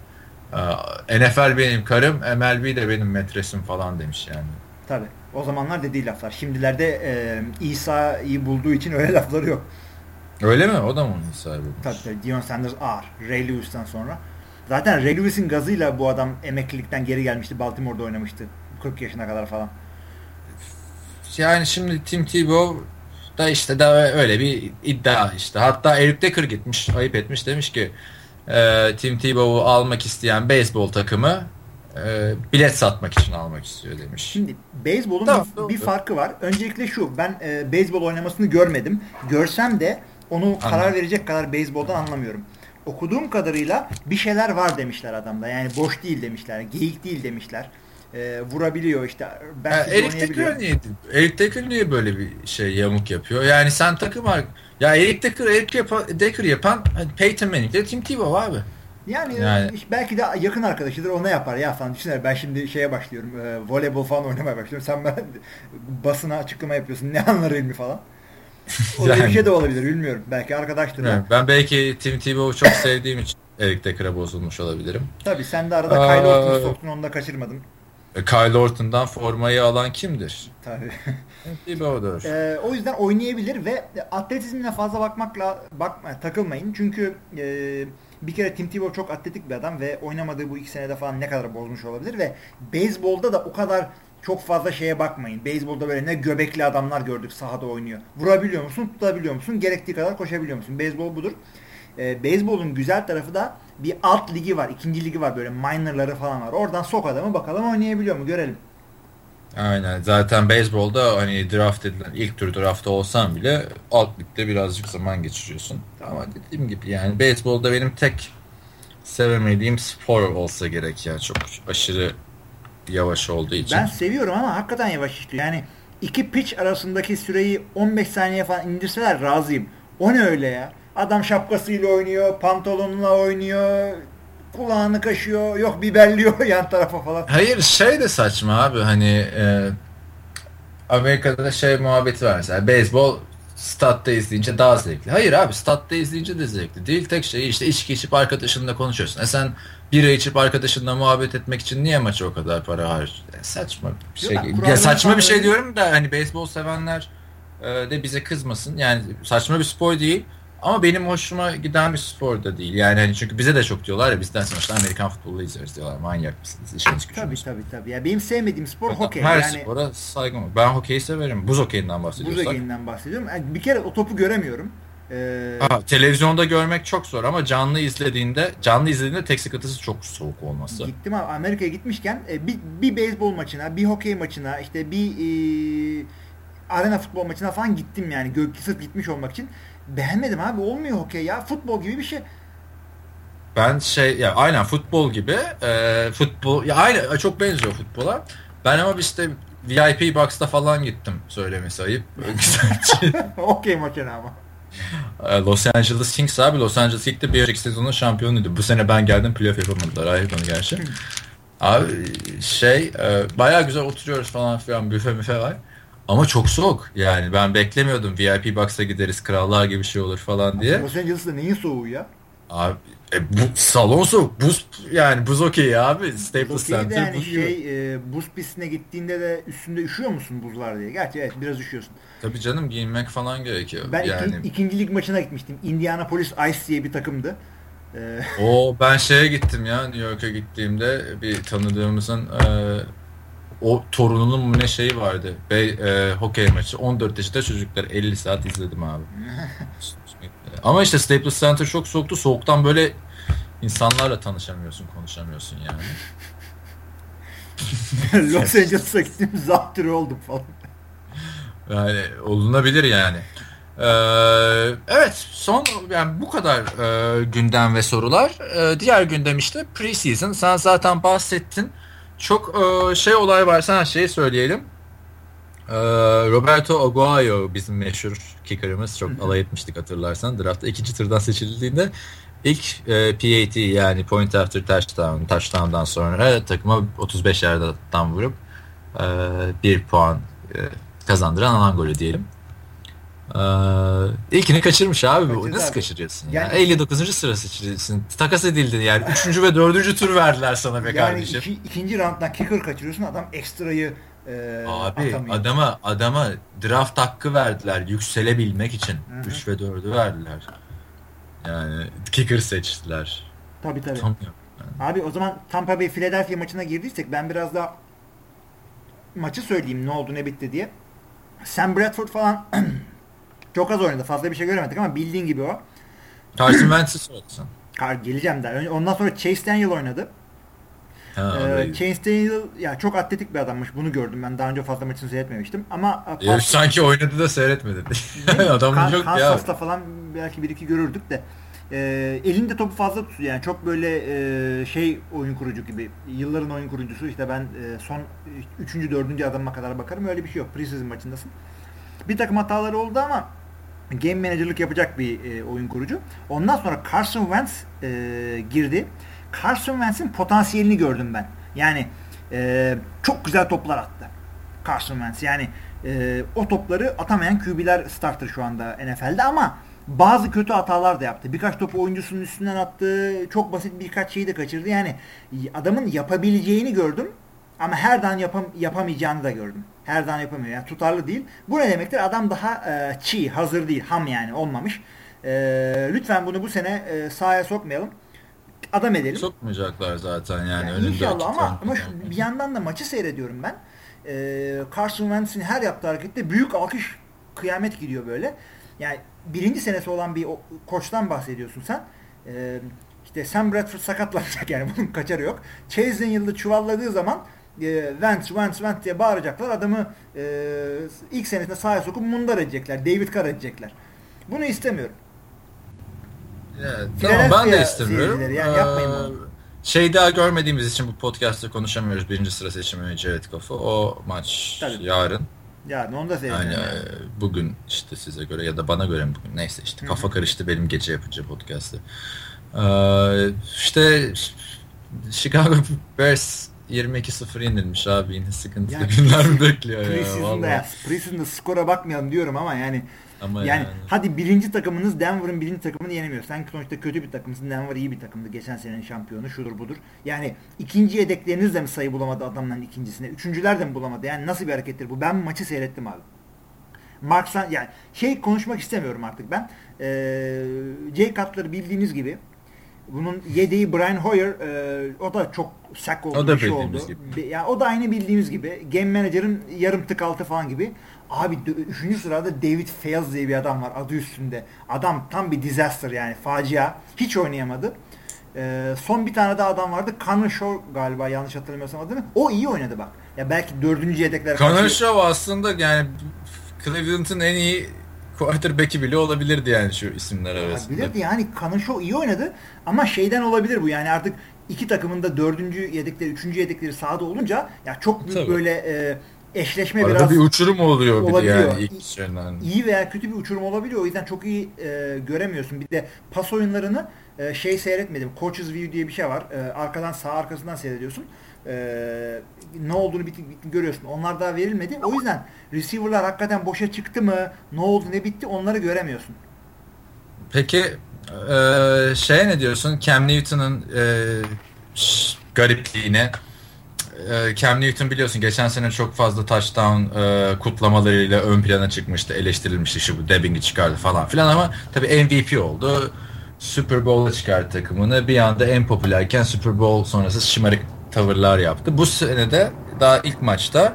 NFL benim karım, MLB de benim metresim falan demiş yani. Tabii. O zamanlar dediği laflar. Şimdilerde İsa'yı bulduğu için öyle lafları yok. Öyle mi? O da mı onun sahibi? Tabii. Deion Sanders ağır. Ray Lewis'ten sonra. Zaten Ray Lewis'in gazıyla bu adam emeklilikten geri gelmişti. Baltimore'da oynamıştı. 40 yaşına kadar falan. Yani şimdi Tim Tebow da işte daha öyle bir iddia işte. Hatta Eric Decker gitmiş, ayıp etmiş, demiş ki Tim Tebow'u almak isteyen beyzbol takımı bilet satmak için almak istiyor demiş. Şimdi beyzbolun Tamam, bir farkı var. Öncelikle şu, ben beyzbol oynamasını görmedim. Görsem de onu karar verecek kadar beyzboldan anlamıyorum. Okuduğum kadarıyla bir şeyler var demişler adamda. Yani boş değil demişler. Geyik değil demişler. Vurabiliyor işte. Ya Belki de Eric oynayabiliyor. Decker niye? Eric Decker niye böyle bir şey yamuk yapıyor? Yani sen takım var. Ya Decker yapan hani Peyton Manning ile Tim Tebow abi. Yani Belki de yakın arkadaşıdır ona yapar ya falan düşünsene ben şimdi şeye başlıyorum voleybol falan oynamaya başlıyorum sen ben basına açıklama yapıyorsun ne anlar ilmi falan. O da bir şey de olabilir bilmiyorum belki arkadaştır ha. ben belki Tim Tebow'u çok sevdiğim için Eric Decker'a bozulmuş olabilirim. Tabii sen de arada Kyle Orton'u soktun onu da kaçırmadın. Kyle Orton'dan formayı alan kimdir? Tabii. Tim Tebow'dur. O yüzden oynayabilir ve atletizmine fazla takılmayın çünkü bir kere Tim Tebow çok atletik bir adam ve oynamadığı bu 2 senede falan ne kadar bozmuş olabilir ve beyzbolda da o kadar çok fazla şeye bakmayın. Beyzbolda böyle ne göbekli adamlar gördük sahada oynuyor. Vurabiliyor musun, tutabiliyor musun, gerektiği kadar koşabiliyor musun? Beyzbol budur. Beyzbolun güzel tarafı da bir alt ligi var, ikinci ligi var böyle minorları falan var. Oradan sok adamı bakalım oynayabiliyor mu görelim. Aynen. Zaten beyzbolda hani draft edilen ilk tur draftta olsan bile alt ligde birazcık zaman geçiriyorsun. Ama dediğim gibi yani beyzbolda benim tek sevemediğim spor olsa gerek ya. Çok aşırı yavaş olduğu için. Ben seviyorum ama hakikaten yavaş işliyor. Yani iki pitch arasındaki süreyi 15 saniye falan indirseler razıyım. O ne öyle ya? Adam şapkasıyla oynuyor, pantolonla oynuyor, kulağını kaşıyor, yok biberliyor yan tarafa falan. Hayır şey de saçma abi hani Amerika'da da şey muhabbeti var mesela beyzbol statta izleyince daha zevkli. Hayır abi statta izleyince de zevkli değil. Tek şey işte içki içip arkadaşınla konuşuyorsun. Sen bira içip arkadaşınla muhabbet etmek için niye maça o kadar para harcıyorsun? Saçma bir şey. Ya saçma bir şey diyorum da hani beyzbol sevenler de bize kızmasın. Yani saçma bir spor değil. Ama benim hoşuma giden bir spor da değil. Yani hani çünkü bize de çok diyorlar ya bizden sonuçta Amerikan futbolu izliyoruz diyorlar. Manyak mısınız? İşiniz gücünüz. Tabii. Ya benim sevmediğim spor hokey. Her yani, spora saygım var. Ben hokeyi severim. Buz hokeyinden bahsediyorsak. Buz hokeyinden bahsediyorum. Yani bir kere o topu göremiyorum. Televizyonda görmek çok zor ama canlı izlediğinde tek sıkıntısı çok soğuk olması. Gittim abi Amerika'ya gitmişken bir beyzbol maçına, bir hokey maçına, işte bir arena futbol maçına falan gittim yani. Sırf gitmiş olmak için. Beğenmedim abi. Olmuyor hokey ya. Futbol gibi bir şey. Ben ya aynen futbol gibi futbol ya aynı çok benziyor futbola. Ben ama işte VIP Box'ta falan gittim söylemesi ayıp. Hokey maçına ama. Los Angeles Kings abi Los Angeles Kings bir önceki sezonun şampiyonuydu. Bu sene ben geldim playoff yapamadılar ayrı konu gerçi. Abi bayağı güzel oturuyoruz falan filan büfe var. Ama çok soğuk. Yani ben beklemiyordum VIP Box'a gideriz krallar gibi bir şey olur falan diye. Los Angeles'ta neyin soğuğu ya? Abi bu salon soğuk. Buz okey abi. Staples Center yani buz gibi. buz pistine gittiğinde de üstünde üşüyor musun buzlar diye? Gerçi evet biraz üşüyorsun. Tabii canım giyinmek falan gerekiyor. Ben yani... ikinci lig maçına gitmiştim. Indianapolis Ice diye bir takımdı. Ben şeye gittim ya New York'a gittiğimde bir tanıdığımızın o torununun mu ne şeyi vardı. Hokey maçı. 14 yaşında çocuklar 50 saat izledim abi. Ama işte Staples Center çok soğuktu. Soğuktan böyle insanlarla tanışamıyorsun, konuşamıyorsun yani. Los Angeles'a gittim zatürre oldum falan. Yani olunabilir yani. Evet yani bu kadar gündem ve sorular. Diğer gündem işte preseason. Sen zaten bahsettin. Çok olay var. Sana söyleyelim. Roberto Aguayo bizim meşhur kicker'ımız. Çok alay etmiştik hatırlarsan. Draft'ta 2. turdan seçildiğinde ilk PAT yani point after touchdown'dan sonra takıma 35 yardadan vurup 1 puan kazandıran alan golü diyelim. İlkini kaçırmış abi. Nasıl kaçırıyorsun? Yani 59. sıra seçilsin. Takas edildi yani. 3. ve 4. tur verdiler sana be kardeşim. Yani ikinci rounddan kicker kaçırıyorsun. Adam ekstrayı abi atamıyor. adama draft hakkı verdiler yükselebilmek için. 3 ve 4'ü verdiler. Yani kicker seçtiler. Tabii. Yani. Abi o zaman Tampa Bay Philadelphia maçına girdiysek ben biraz daha maçı söyleyeyim ne oldu ne bitti diye. Sam Bradford falan çok az oynadı. Fazla bir şey göremedik ama bildiğin gibi o. Carson Wentz'i sorarsan. Geleceğim der. Ondan sonra Chase Daniel oynadı. Chase Daniel ya çok atletik bir adammış. Bunu gördüm ben. Daha önce fazla maçını seyretmemiştim. Ama sanki oynadı da seyretmedin. Adamın yok ya. Kansas'ta falan belki bir iki görürdük de. elinde topu fazla tutuyor. Yani çok böyle oyun kurucu gibi. Yılların oyun kurucusu. İşte ben son 3. 4. adımıma kadar bakarım. Öyle bir şey yok. Preseason maçındasın. Bir takım hataları oldu ama game manager'lık yapacak bir oyun kurucu. Ondan sonra Carson Wentz girdi. Carson Wentz'in potansiyelini gördüm ben. Yani çok güzel toplar attı Carson Wentz. Yani o topları atamayan QB'ler starter şu anda NFL'de ama bazı kötü hatalar da yaptı. Birkaç topu oyuncusunun üstünden attı. Çok basit birkaç şeyi de kaçırdı. Yani adamın yapabileceğini gördüm. Ama her daim yapamayacağını da gördüm. Her daim yapamıyor. Yani tutarlı değil. Bu ne demektir? Adam daha hazır değil. Ham yani olmamış. Lütfen bunu bu sene sahaya sokmayalım. Adam edelim. Sokmayacaklar zaten yani. İnşallah ama bir yandan da maçı seyrediyorum ben. Carson Wentz'in her yaptığı harekette büyük alkış, kıyamet gidiyor böyle. Yani birinci senesi olan bir koçtan bahsediyorsun sen. İşte Sam Bradford sakatlanacak yani bunun kaçarı yok. Chase Daniel'ı çuvalladığı zaman Wentz diye bağıracaklar. Adamı ilk senesinde sahaya sokup mundar edecekler. David Carr edecekler. Bunu istemiyorum. Evet, tamam ben de istemiyorum. Yani yapmayın bunu. Daha görmediğimiz için bu podcast'ta konuşamıyoruz. Birinci sıra seçimi Jared Goff'u. O maç tabii. Yarın. Yarın onu da seyredeceğim. Yani bugün işte size göre ya da bana göre mi bugün neyse işte kafa karıştı benim gece yapınca podcast'ı. İşte Chicago Bears 22-0 yenilmiş abi, yine sıkıntılı günler mi bekliyor ya. Preseason'da skora bakmayalım diyorum ama yani hadi birinci takımınız Denver'ın birinci takımını yenemiyor. Sen sonuçta kötü bir takımsın. Denver iyi bir takımdı. Geçen senenin şampiyonu şudur budur. Yani ikinci yedekleriniz de mi sayı bulamadı adamların ikincisine? Üçüncüler de mi bulamadı? Yani nasıl bir harekettir bu? Ben maçı seyrettim abi. Yani konuşmak istemiyorum artık ben. Jay Cutler bildiğiniz gibi. Bunun yedeği Brian Hoyer, o da çok sak oldu. O da bir şey oldu. Yani o da aynı bildiğimiz gibi. Game Manager'ın yarım tık altı falan gibi. Abi 3. sırada David Fales diye bir adam var adı üstünde. Adam tam bir disaster yani, facia. Hiç oynayamadı. Son bir tane daha adam vardı. Connor Shaw galiba, yanlış hatırlamıyorsam adını. O iyi oynadı bak. Ya belki 4. yedekler. Connor Shaw aslında yani Cleveland'ın en iyi quarterback'i bile olabilirdi yani şu isimler arasında. Bilirdi yani, Connor Shaw iyi oynadı ama şeyden olabilir bu yani, artık iki takımın da 4. yedekleri 3. yedekleri sahada olunca ya çok büyük böyle eşleşme arada biraz bir uçurum oluyor bir de yani ilk şeyden. İyi veya kötü bir uçurum olabiliyor. O yüzden çok iyi göremiyorsun. Bir de pas oyunlarını seyretmedim. Coach's View diye bir şey var. Arkadan, sağ arkasından seyrediyorsun. Ne olduğunu görüyorsun. Onlar daha verilmedi. O yüzden receiver'lar hakikaten boşa çıktı mı? Ne oldu, ne bitti? Onları göremiyorsun. Peki ne diyorsun? Cam Newton'ın garipliğine. Cam Newton biliyorsun geçen sene çok fazla touchdown kutlamalarıyla ön plana çıkmıştı, eleştirilmişti, şu bu Debbing'i çıkardı falan filan, ama tabii MVP oldu. Super Bowl'a çıkardı takımını. Bir anda en popülerken Super Bowl sonrası şımarık tavırlar yaptı. Bu sene de daha ilk maçta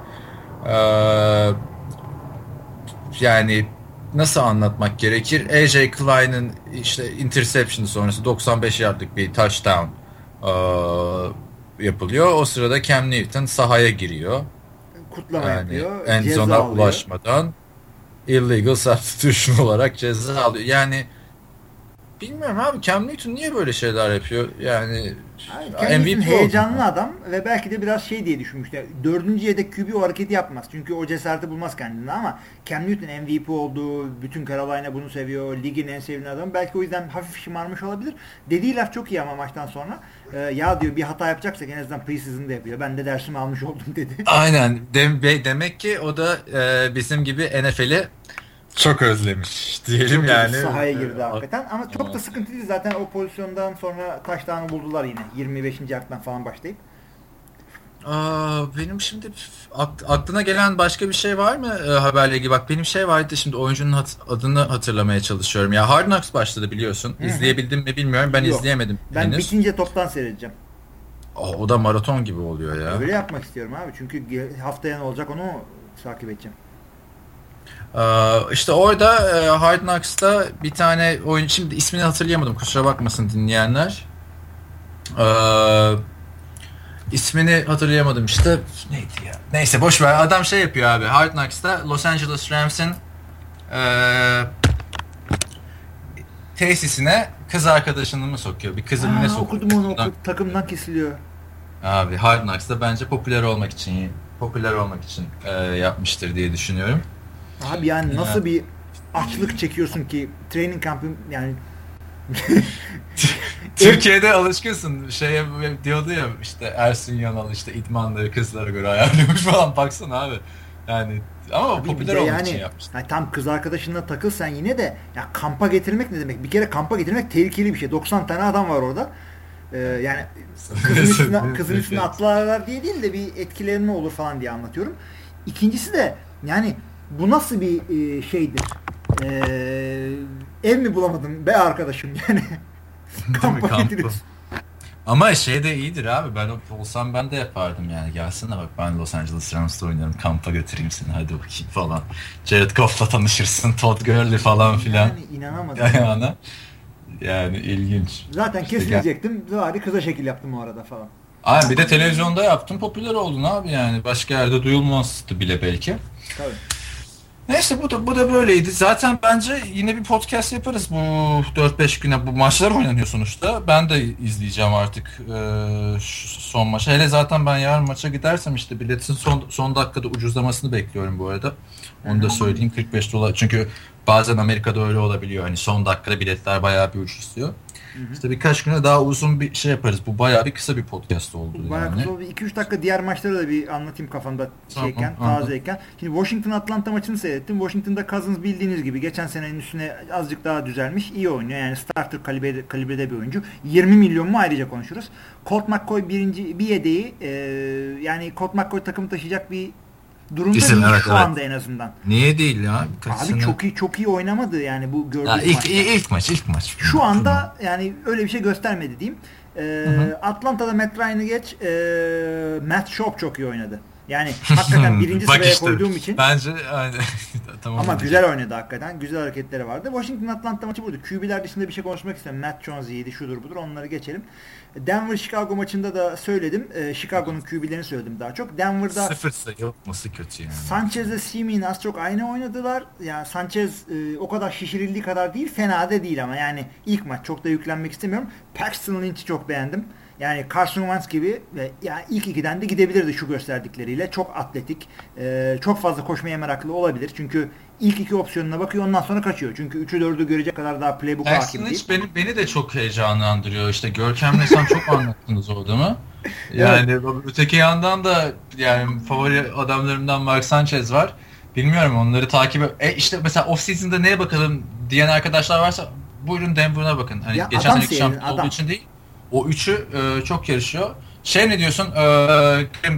yani nasıl anlatmak gerekir? AJ Klein'in işte interception sonrası 95 yardlık bir touchdown yapılıyor. O sırada Cam Newton sahaya giriyor. Kutlama yapıyor. End zone'a ulaşmadan illegal substitution olarak ceza alıyor. Yani bilmiyorum abi, Cam Newton niye böyle şeyler yapıyor? Yani Cam Newton heyecanlı adam ve belki de biraz diye düşünmüşler. 4. yedek QB o hareketi yapmaz. Çünkü o cesareti bulmaz kendine, ama Cam Newton MVP oldu. Bütün Carolina bunu seviyor. Ligin en sevilen adamı. Belki o yüzden hafif şımarmış olabilir. Dediği laf çok iyi ama maçtan sonra. Ya diyor, bir hata yapacaksak en azından preseason'da yapıyor. Ben de dersimi almış oldum dedi. Aynen. Demek ki o da bizim gibi NFL'i çok özlemiş diyelim çok yani. Sahaya girdi hakikaten ama çok da sıkıntıydı zaten, o pozisyondan sonra taştanı buldular yine 25. yardtan falan başlayıp. Benim şimdi aklına gelen başka bir şey var mı haberle ilgili? Bak benim vardı şimdi, oyuncunun adını hatırlamaya çalışıyorum. Ya Hard Knocks başladı biliyorsun. Hı-hı. İzleyebildim mi bilmiyorum. Ben Yok. İzleyemedim. Ben henüz. Bitince toptan seyredeceğim. O da maraton gibi oluyor ya. Öyle yapmak istiyorum abi. Çünkü haftaya ne olacak onu takip edeceğim. İşte orada Hard Knocks'ta bir tane oyun, şimdi ismini hatırlayamadım, kusura bakmasın dinleyenler. İsmini hatırlayamadım işte. Neydi ya? Neyse boş ver. Adam yapıyor abi. Hard Knocks'ta Los Angeles Rams'in tesisine kız arkadaşını mı sokuyor? Bir kızı mı ne sokuyor? Okudum onu, takımdan kesiliyor. Abi Hard Knocks'da bence popüler olmak için yapmıştır diye düşünüyorum. Abi yani nasıl bir açlık çekiyorsun ki training camp'ın yani Türkiye'de alışkınsın. Diyordu ya işte Ersun Yanal işte idmanları kızlara göre ayarlıyormuş falan, baksana abi. Yani ama abi popüler olmak için yapmış. Yani tam kız arkadaşınla takıl sen yine de ya kampa getirmek ne demek? Bir kere kampa getirmek tehlikeli bir şey. 90 tane adam var orada. Yani kızın üstüne atlarlar diye değil de bir etkilenme olur falan diye anlatıyorum. İkincisi de yani bu nasıl bir şeydir? Ev mi bulamadım be arkadaşım yani. Kampa getiriyorsun. Ama de iyidir abi. Ben olsam ben de yapardım yani. Gelsene bak, ben Los Angeles Rams'ta oynuyorum. Kampa götüreyim seni, hadi bakayım falan. Jared Goff'la tanışırsın. Todd Gurley falan filan. Yani inanamadım. Yani ilginç. Zaten kesilecektim. Bari kıza şekil yaptım o arada falan. Abi bir de televizyonda yaptım. Popüler oldun abi yani. Başka yerde duyulmazdı bile belki. Tabii. Neyse bu da böyleydi. Zaten bence yine bir podcast yaparız bu 4-5 güne. Bu maçlar oynanıyor sonuçta. Ben de izleyeceğim artık şu son maçı. Hele zaten ben yarın maça gidersem işte biletin son dakikada ucuzlamasını bekliyorum bu arada. Onu da söyleyeyim, $45. Çünkü bazen Amerika'da öyle olabiliyor. Hani son dakikada biletler bayağı bir ucuzluyor. İşte birkaç güne daha uzun bir şey yaparız. Bu bayağı bir kısa bir podcast oldu. Bayağı yani. kısa oldu. 2-3 dakika diğer maçları da bir anlatayım kafamda tazeyken. Şimdi Washington-Atlanta maçını seyrettim. Washington'da Cousins bildiğiniz gibi geçen senenin üstüne azıcık daha düzelmiş. İyi oynuyor. Yani starter kalibrede bir oyuncu. 20 milyon mu ayrıca konuşuruz. Colt McCoy bir yedeği. Yani Colt McCoy takımı taşıyacak bir durumda değil şu anda en azından. Niye değil ya? Abi çok iyi oynamadı yani bu gördüğümüz maçta. İlk maç. Şu anda yani öyle bir şey göstermedi diyeyim. Atlanta'da Matt Ryan'ı geç, Matt Schaub çok iyi oynadı. Yani hakikaten birinci sıraya işte, koyduğum için. Bence tamam. Ama güzel oynadı hakikaten. Güzel hareketleri vardı. Washington-Atlanta maçı buydu. QB'ler dışında bir şey konuşmak istiyorum. Matt Jones iyiydi, şudur budur. Onları geçelim. Denver-Chicago maçında da söyledim. Chicago'nun QB'lerini söyledim daha çok. Denver'da 0 sayı olması kötü yani. Sanchez'le Simeon az çok aynı oynadılar. Yani Sanchez o kadar şişirildiği kadar değil. Fena da değil ama yani ilk maç çok da yüklenmek istemiyorum. Paxton Lynch'i çok beğendim. Yani Carson Wentz gibi yani ilk ikiden de gidebilirdi şu gösterdikleriyle. Çok atletik, çok fazla koşmaya meraklı olabilir. Çünkü ilk iki opsiyonuna bakıyor, ondan sonra kaçıyor. Çünkü 3'ü 4'ü görecek kadar daha playbook'a hakim değil. Beni de çok heyecanlandırıyor. İşte Görkem'le sen çok anlattınız orada mı? Yani evet. Öteki yandan da yani favori adamlarımdan Mark Sanchez var. Bilmiyorum, onları takip işte mesela off season'da neye bakalım diyen arkadaşlar varsa buyurun Denver'a bakın. Hani ya geçen seneki şampiyon olduğu için değil. O üçü çok yarışıyor. Ne diyorsun? Green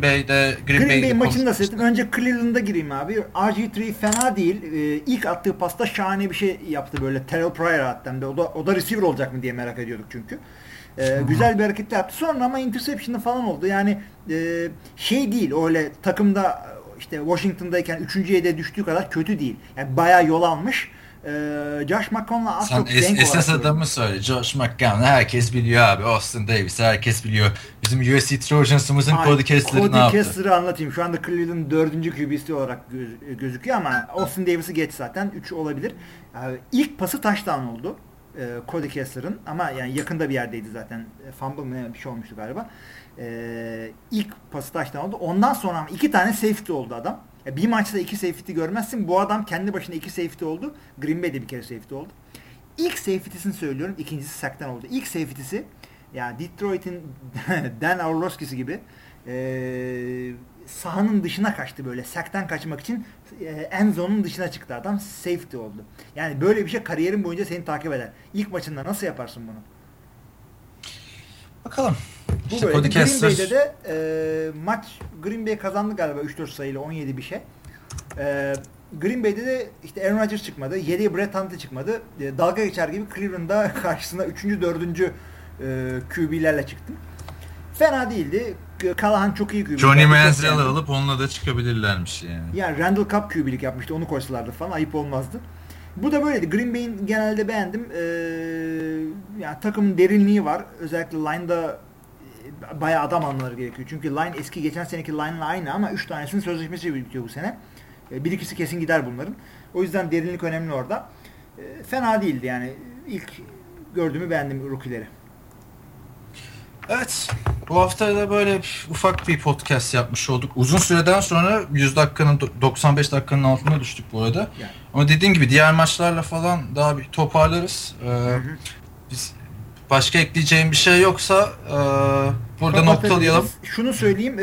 Bay maçını da seyrettim. Önce Cleveland'a gireyim abi. RG3 fena değil. İlk attığı pasta şahane bir şey yaptı böyle. Terrell Pryor hatta. O da receiver olacak mı diye merak ediyorduk çünkü. Güzel bir hareket yaptı. Sonra ama interception'ı falan oldu. Yani değil. Öyle takımda işte Washington'dayken 3. yede düştüğü kadar kötü değil. Yani bayağı yol almış. Josh McCown'la az çok denk olarak. Esas adamı söyle. Josh McCown herkes biliyor abi. Austin Davis herkes biliyor. Bizim USC Trojans'ımızın Cody Kessler'ı ne yaptı? Cody Kessler'ı anlatayım. Şu anda Cleveland'ın 4. QB'si olarak gözüküyor ama Austin Davis'i geç zaten. 3 olabilir. İlk pası touchdown oldu. Cody Kessler'ın ama yani yakında bir yerdeydi zaten. Fumble mı bir şey olmuştu galiba. İlk pası touchdown oldu. Ondan sonra 2 tane safety oldu adam. Bir maçta 2 safety görmezsin. Bu adam kendi başına 2 safety oldu. Green Bay'de bir kere safety oldu. İlk safety'sini söylüyorum. İkincisi sack'tan oldu. İlk safety'si yani Detroit'in Dan Orlovski'si gibi sahanın dışına kaçtı böyle. Sack'tan kaçmak için end zone'un dışına çıktı adam. Safety oldu. Yani böyle bir şey kariyerin boyunca seni takip eder. İlk maçında nasıl yaparsın bunu? Bakalım. Bu işte böyle. Green Bay'de de maç Green Bay kazandı galiba 3-4 sayıyla 17 bir şey. Green Bay'de de işte Aaron Rodgers çıkmadı. 7'ye Brett Hundley çıkmadı. Dalga geçer gibi Cleveland'da karşısına 3. 4. QB'lerle çıktı. Fena değildi. Callahan çok iyi QB. Johnny Manziel'i alıp onunla da çıkabilirlermiş yani. Yani Randall Cobb QB'lik yapmıştı. Onu koysalardı falan ayıp olmazdı. Bu da böyleydi. Green Bay'in genelde beğendim. Yani takımın derinliği var. Özellikle line'da bayağı adam almaları gerekiyor. Çünkü line eski geçen seneki line'la aynı ama 3 tanesinin sözleşmesi bitiyor bu sene. Bir ikisi kesin gider bunların. O yüzden derinlik önemli orada. Fena değildi yani. ilk gördüğümü beğendim rookie'leri. Evet. Bu hafta da böyle ufak bir podcast yapmış olduk. Uzun süreden sonra 100 dakikanın 95 dakikanın altına düştük bu arada. Yani. Ama dediğim gibi diğer maçlarla falan daha bir toparlarız. Biz başka ekleyeceğim bir şey yoksa burada noktalayalım. Şunu söyleyeyim.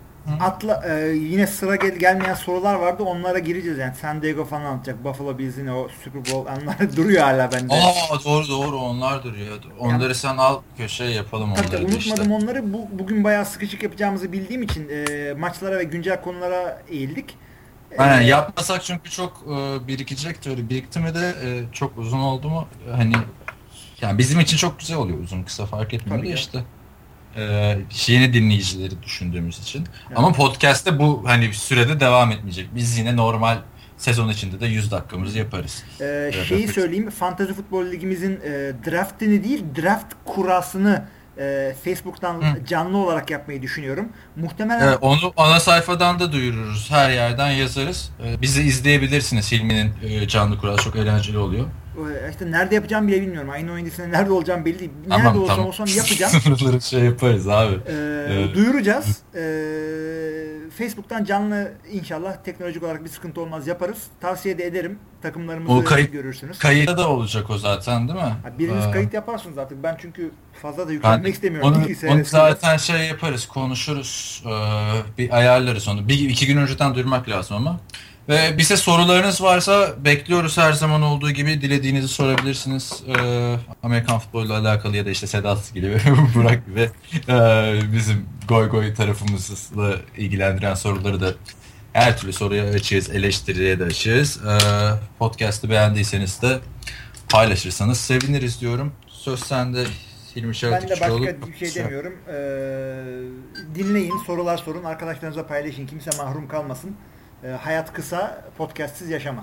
Yine sıra gelmeyen sorular vardı. Onlara gireceğiz yani. San Diego falan anlatacak. Buffalo Bills'in o Super Bowl anları duruyor hala bende. Doğru onlar duruyor. Onları yani, sen al köşeye yapalım tabii onları. Unutmadım işte. Onları. Bugün bayağı sıkışık yapacağımızı bildiğim için maçlara ve güncel konulara eğildik. Aynen, yapmasak çünkü çok birikecekti. Öyle birikti mi de çok uzun oldu mu hani yani bizim için çok güzel oluyor, uzun kısa fark etmiyor işte. Yeni dinleyicileri düşündüğümüz için. Yani. Ama podcast'te bu hani sürede devam etmeyecek. Biz yine normal sezon içinde de 100 dakikamızı yaparız. Şeyi söyleyeyim. Fantasy Futbol Ligimizin draftini değil, draft kurasını Facebook'tan canlı olarak yapmayı düşünüyorum. Muhtemelen onu ana sayfadan da duyururuz. Her yerden yazarız. Bizi izleyebilirsiniz. Hilmi'nin canlı kurası çok eğlenceli oluyor. İşte nerede yapacağım bile bilmiyorum. Ayın 17'sinde nerede olacağım belli değil. Nerede olsam yapacağım. Sınırları şey yaparız abi. Duyuracağız. Facebook'tan canlı inşallah teknolojik olarak bir sıkıntı olmaz yaparız. Tavsiye de ederim. Takımlarımızı görürsünüz. Kayıtta da olacak o zaten değil mi? Biriniz kayıt yaparsınız artık. Ben çünkü fazla da yüklenmek istemiyorum. Onu zaten şey yaparız, konuşuruz. Bir ayarlarız onu. İki gün önceden duyurmak lazım ama. Ve bize sorularınız varsa bekliyoruz, her zaman olduğu gibi dilediğinizi sorabilirsiniz. Amerikan futboluyla alakalı ya da işte Sedat gibi, Burak gibi bizim goy tarafımızla ilgilendiren soruları da her türlü soruya açığız, eleştiriye de açığız. Podcast'ı beğendiyseniz de paylaşırsanız seviniriz diyorum. Söz sende Hilmi Çeltikçioğlu. Ben de başka bir şey demiyorum. Dinleyin, sorular sorun, arkadaşlarınızla paylaşın, kimse mahrum kalmasın. Hayat kısa, podcastsız yaşama.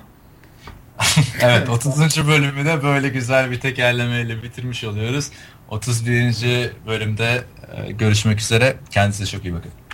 Evet, 30. bölümü de böyle güzel bir tekerlemeyle bitirmiş oluyoruz. 31. bölümde görüşmek üzere. Kendinize çok iyi bakın.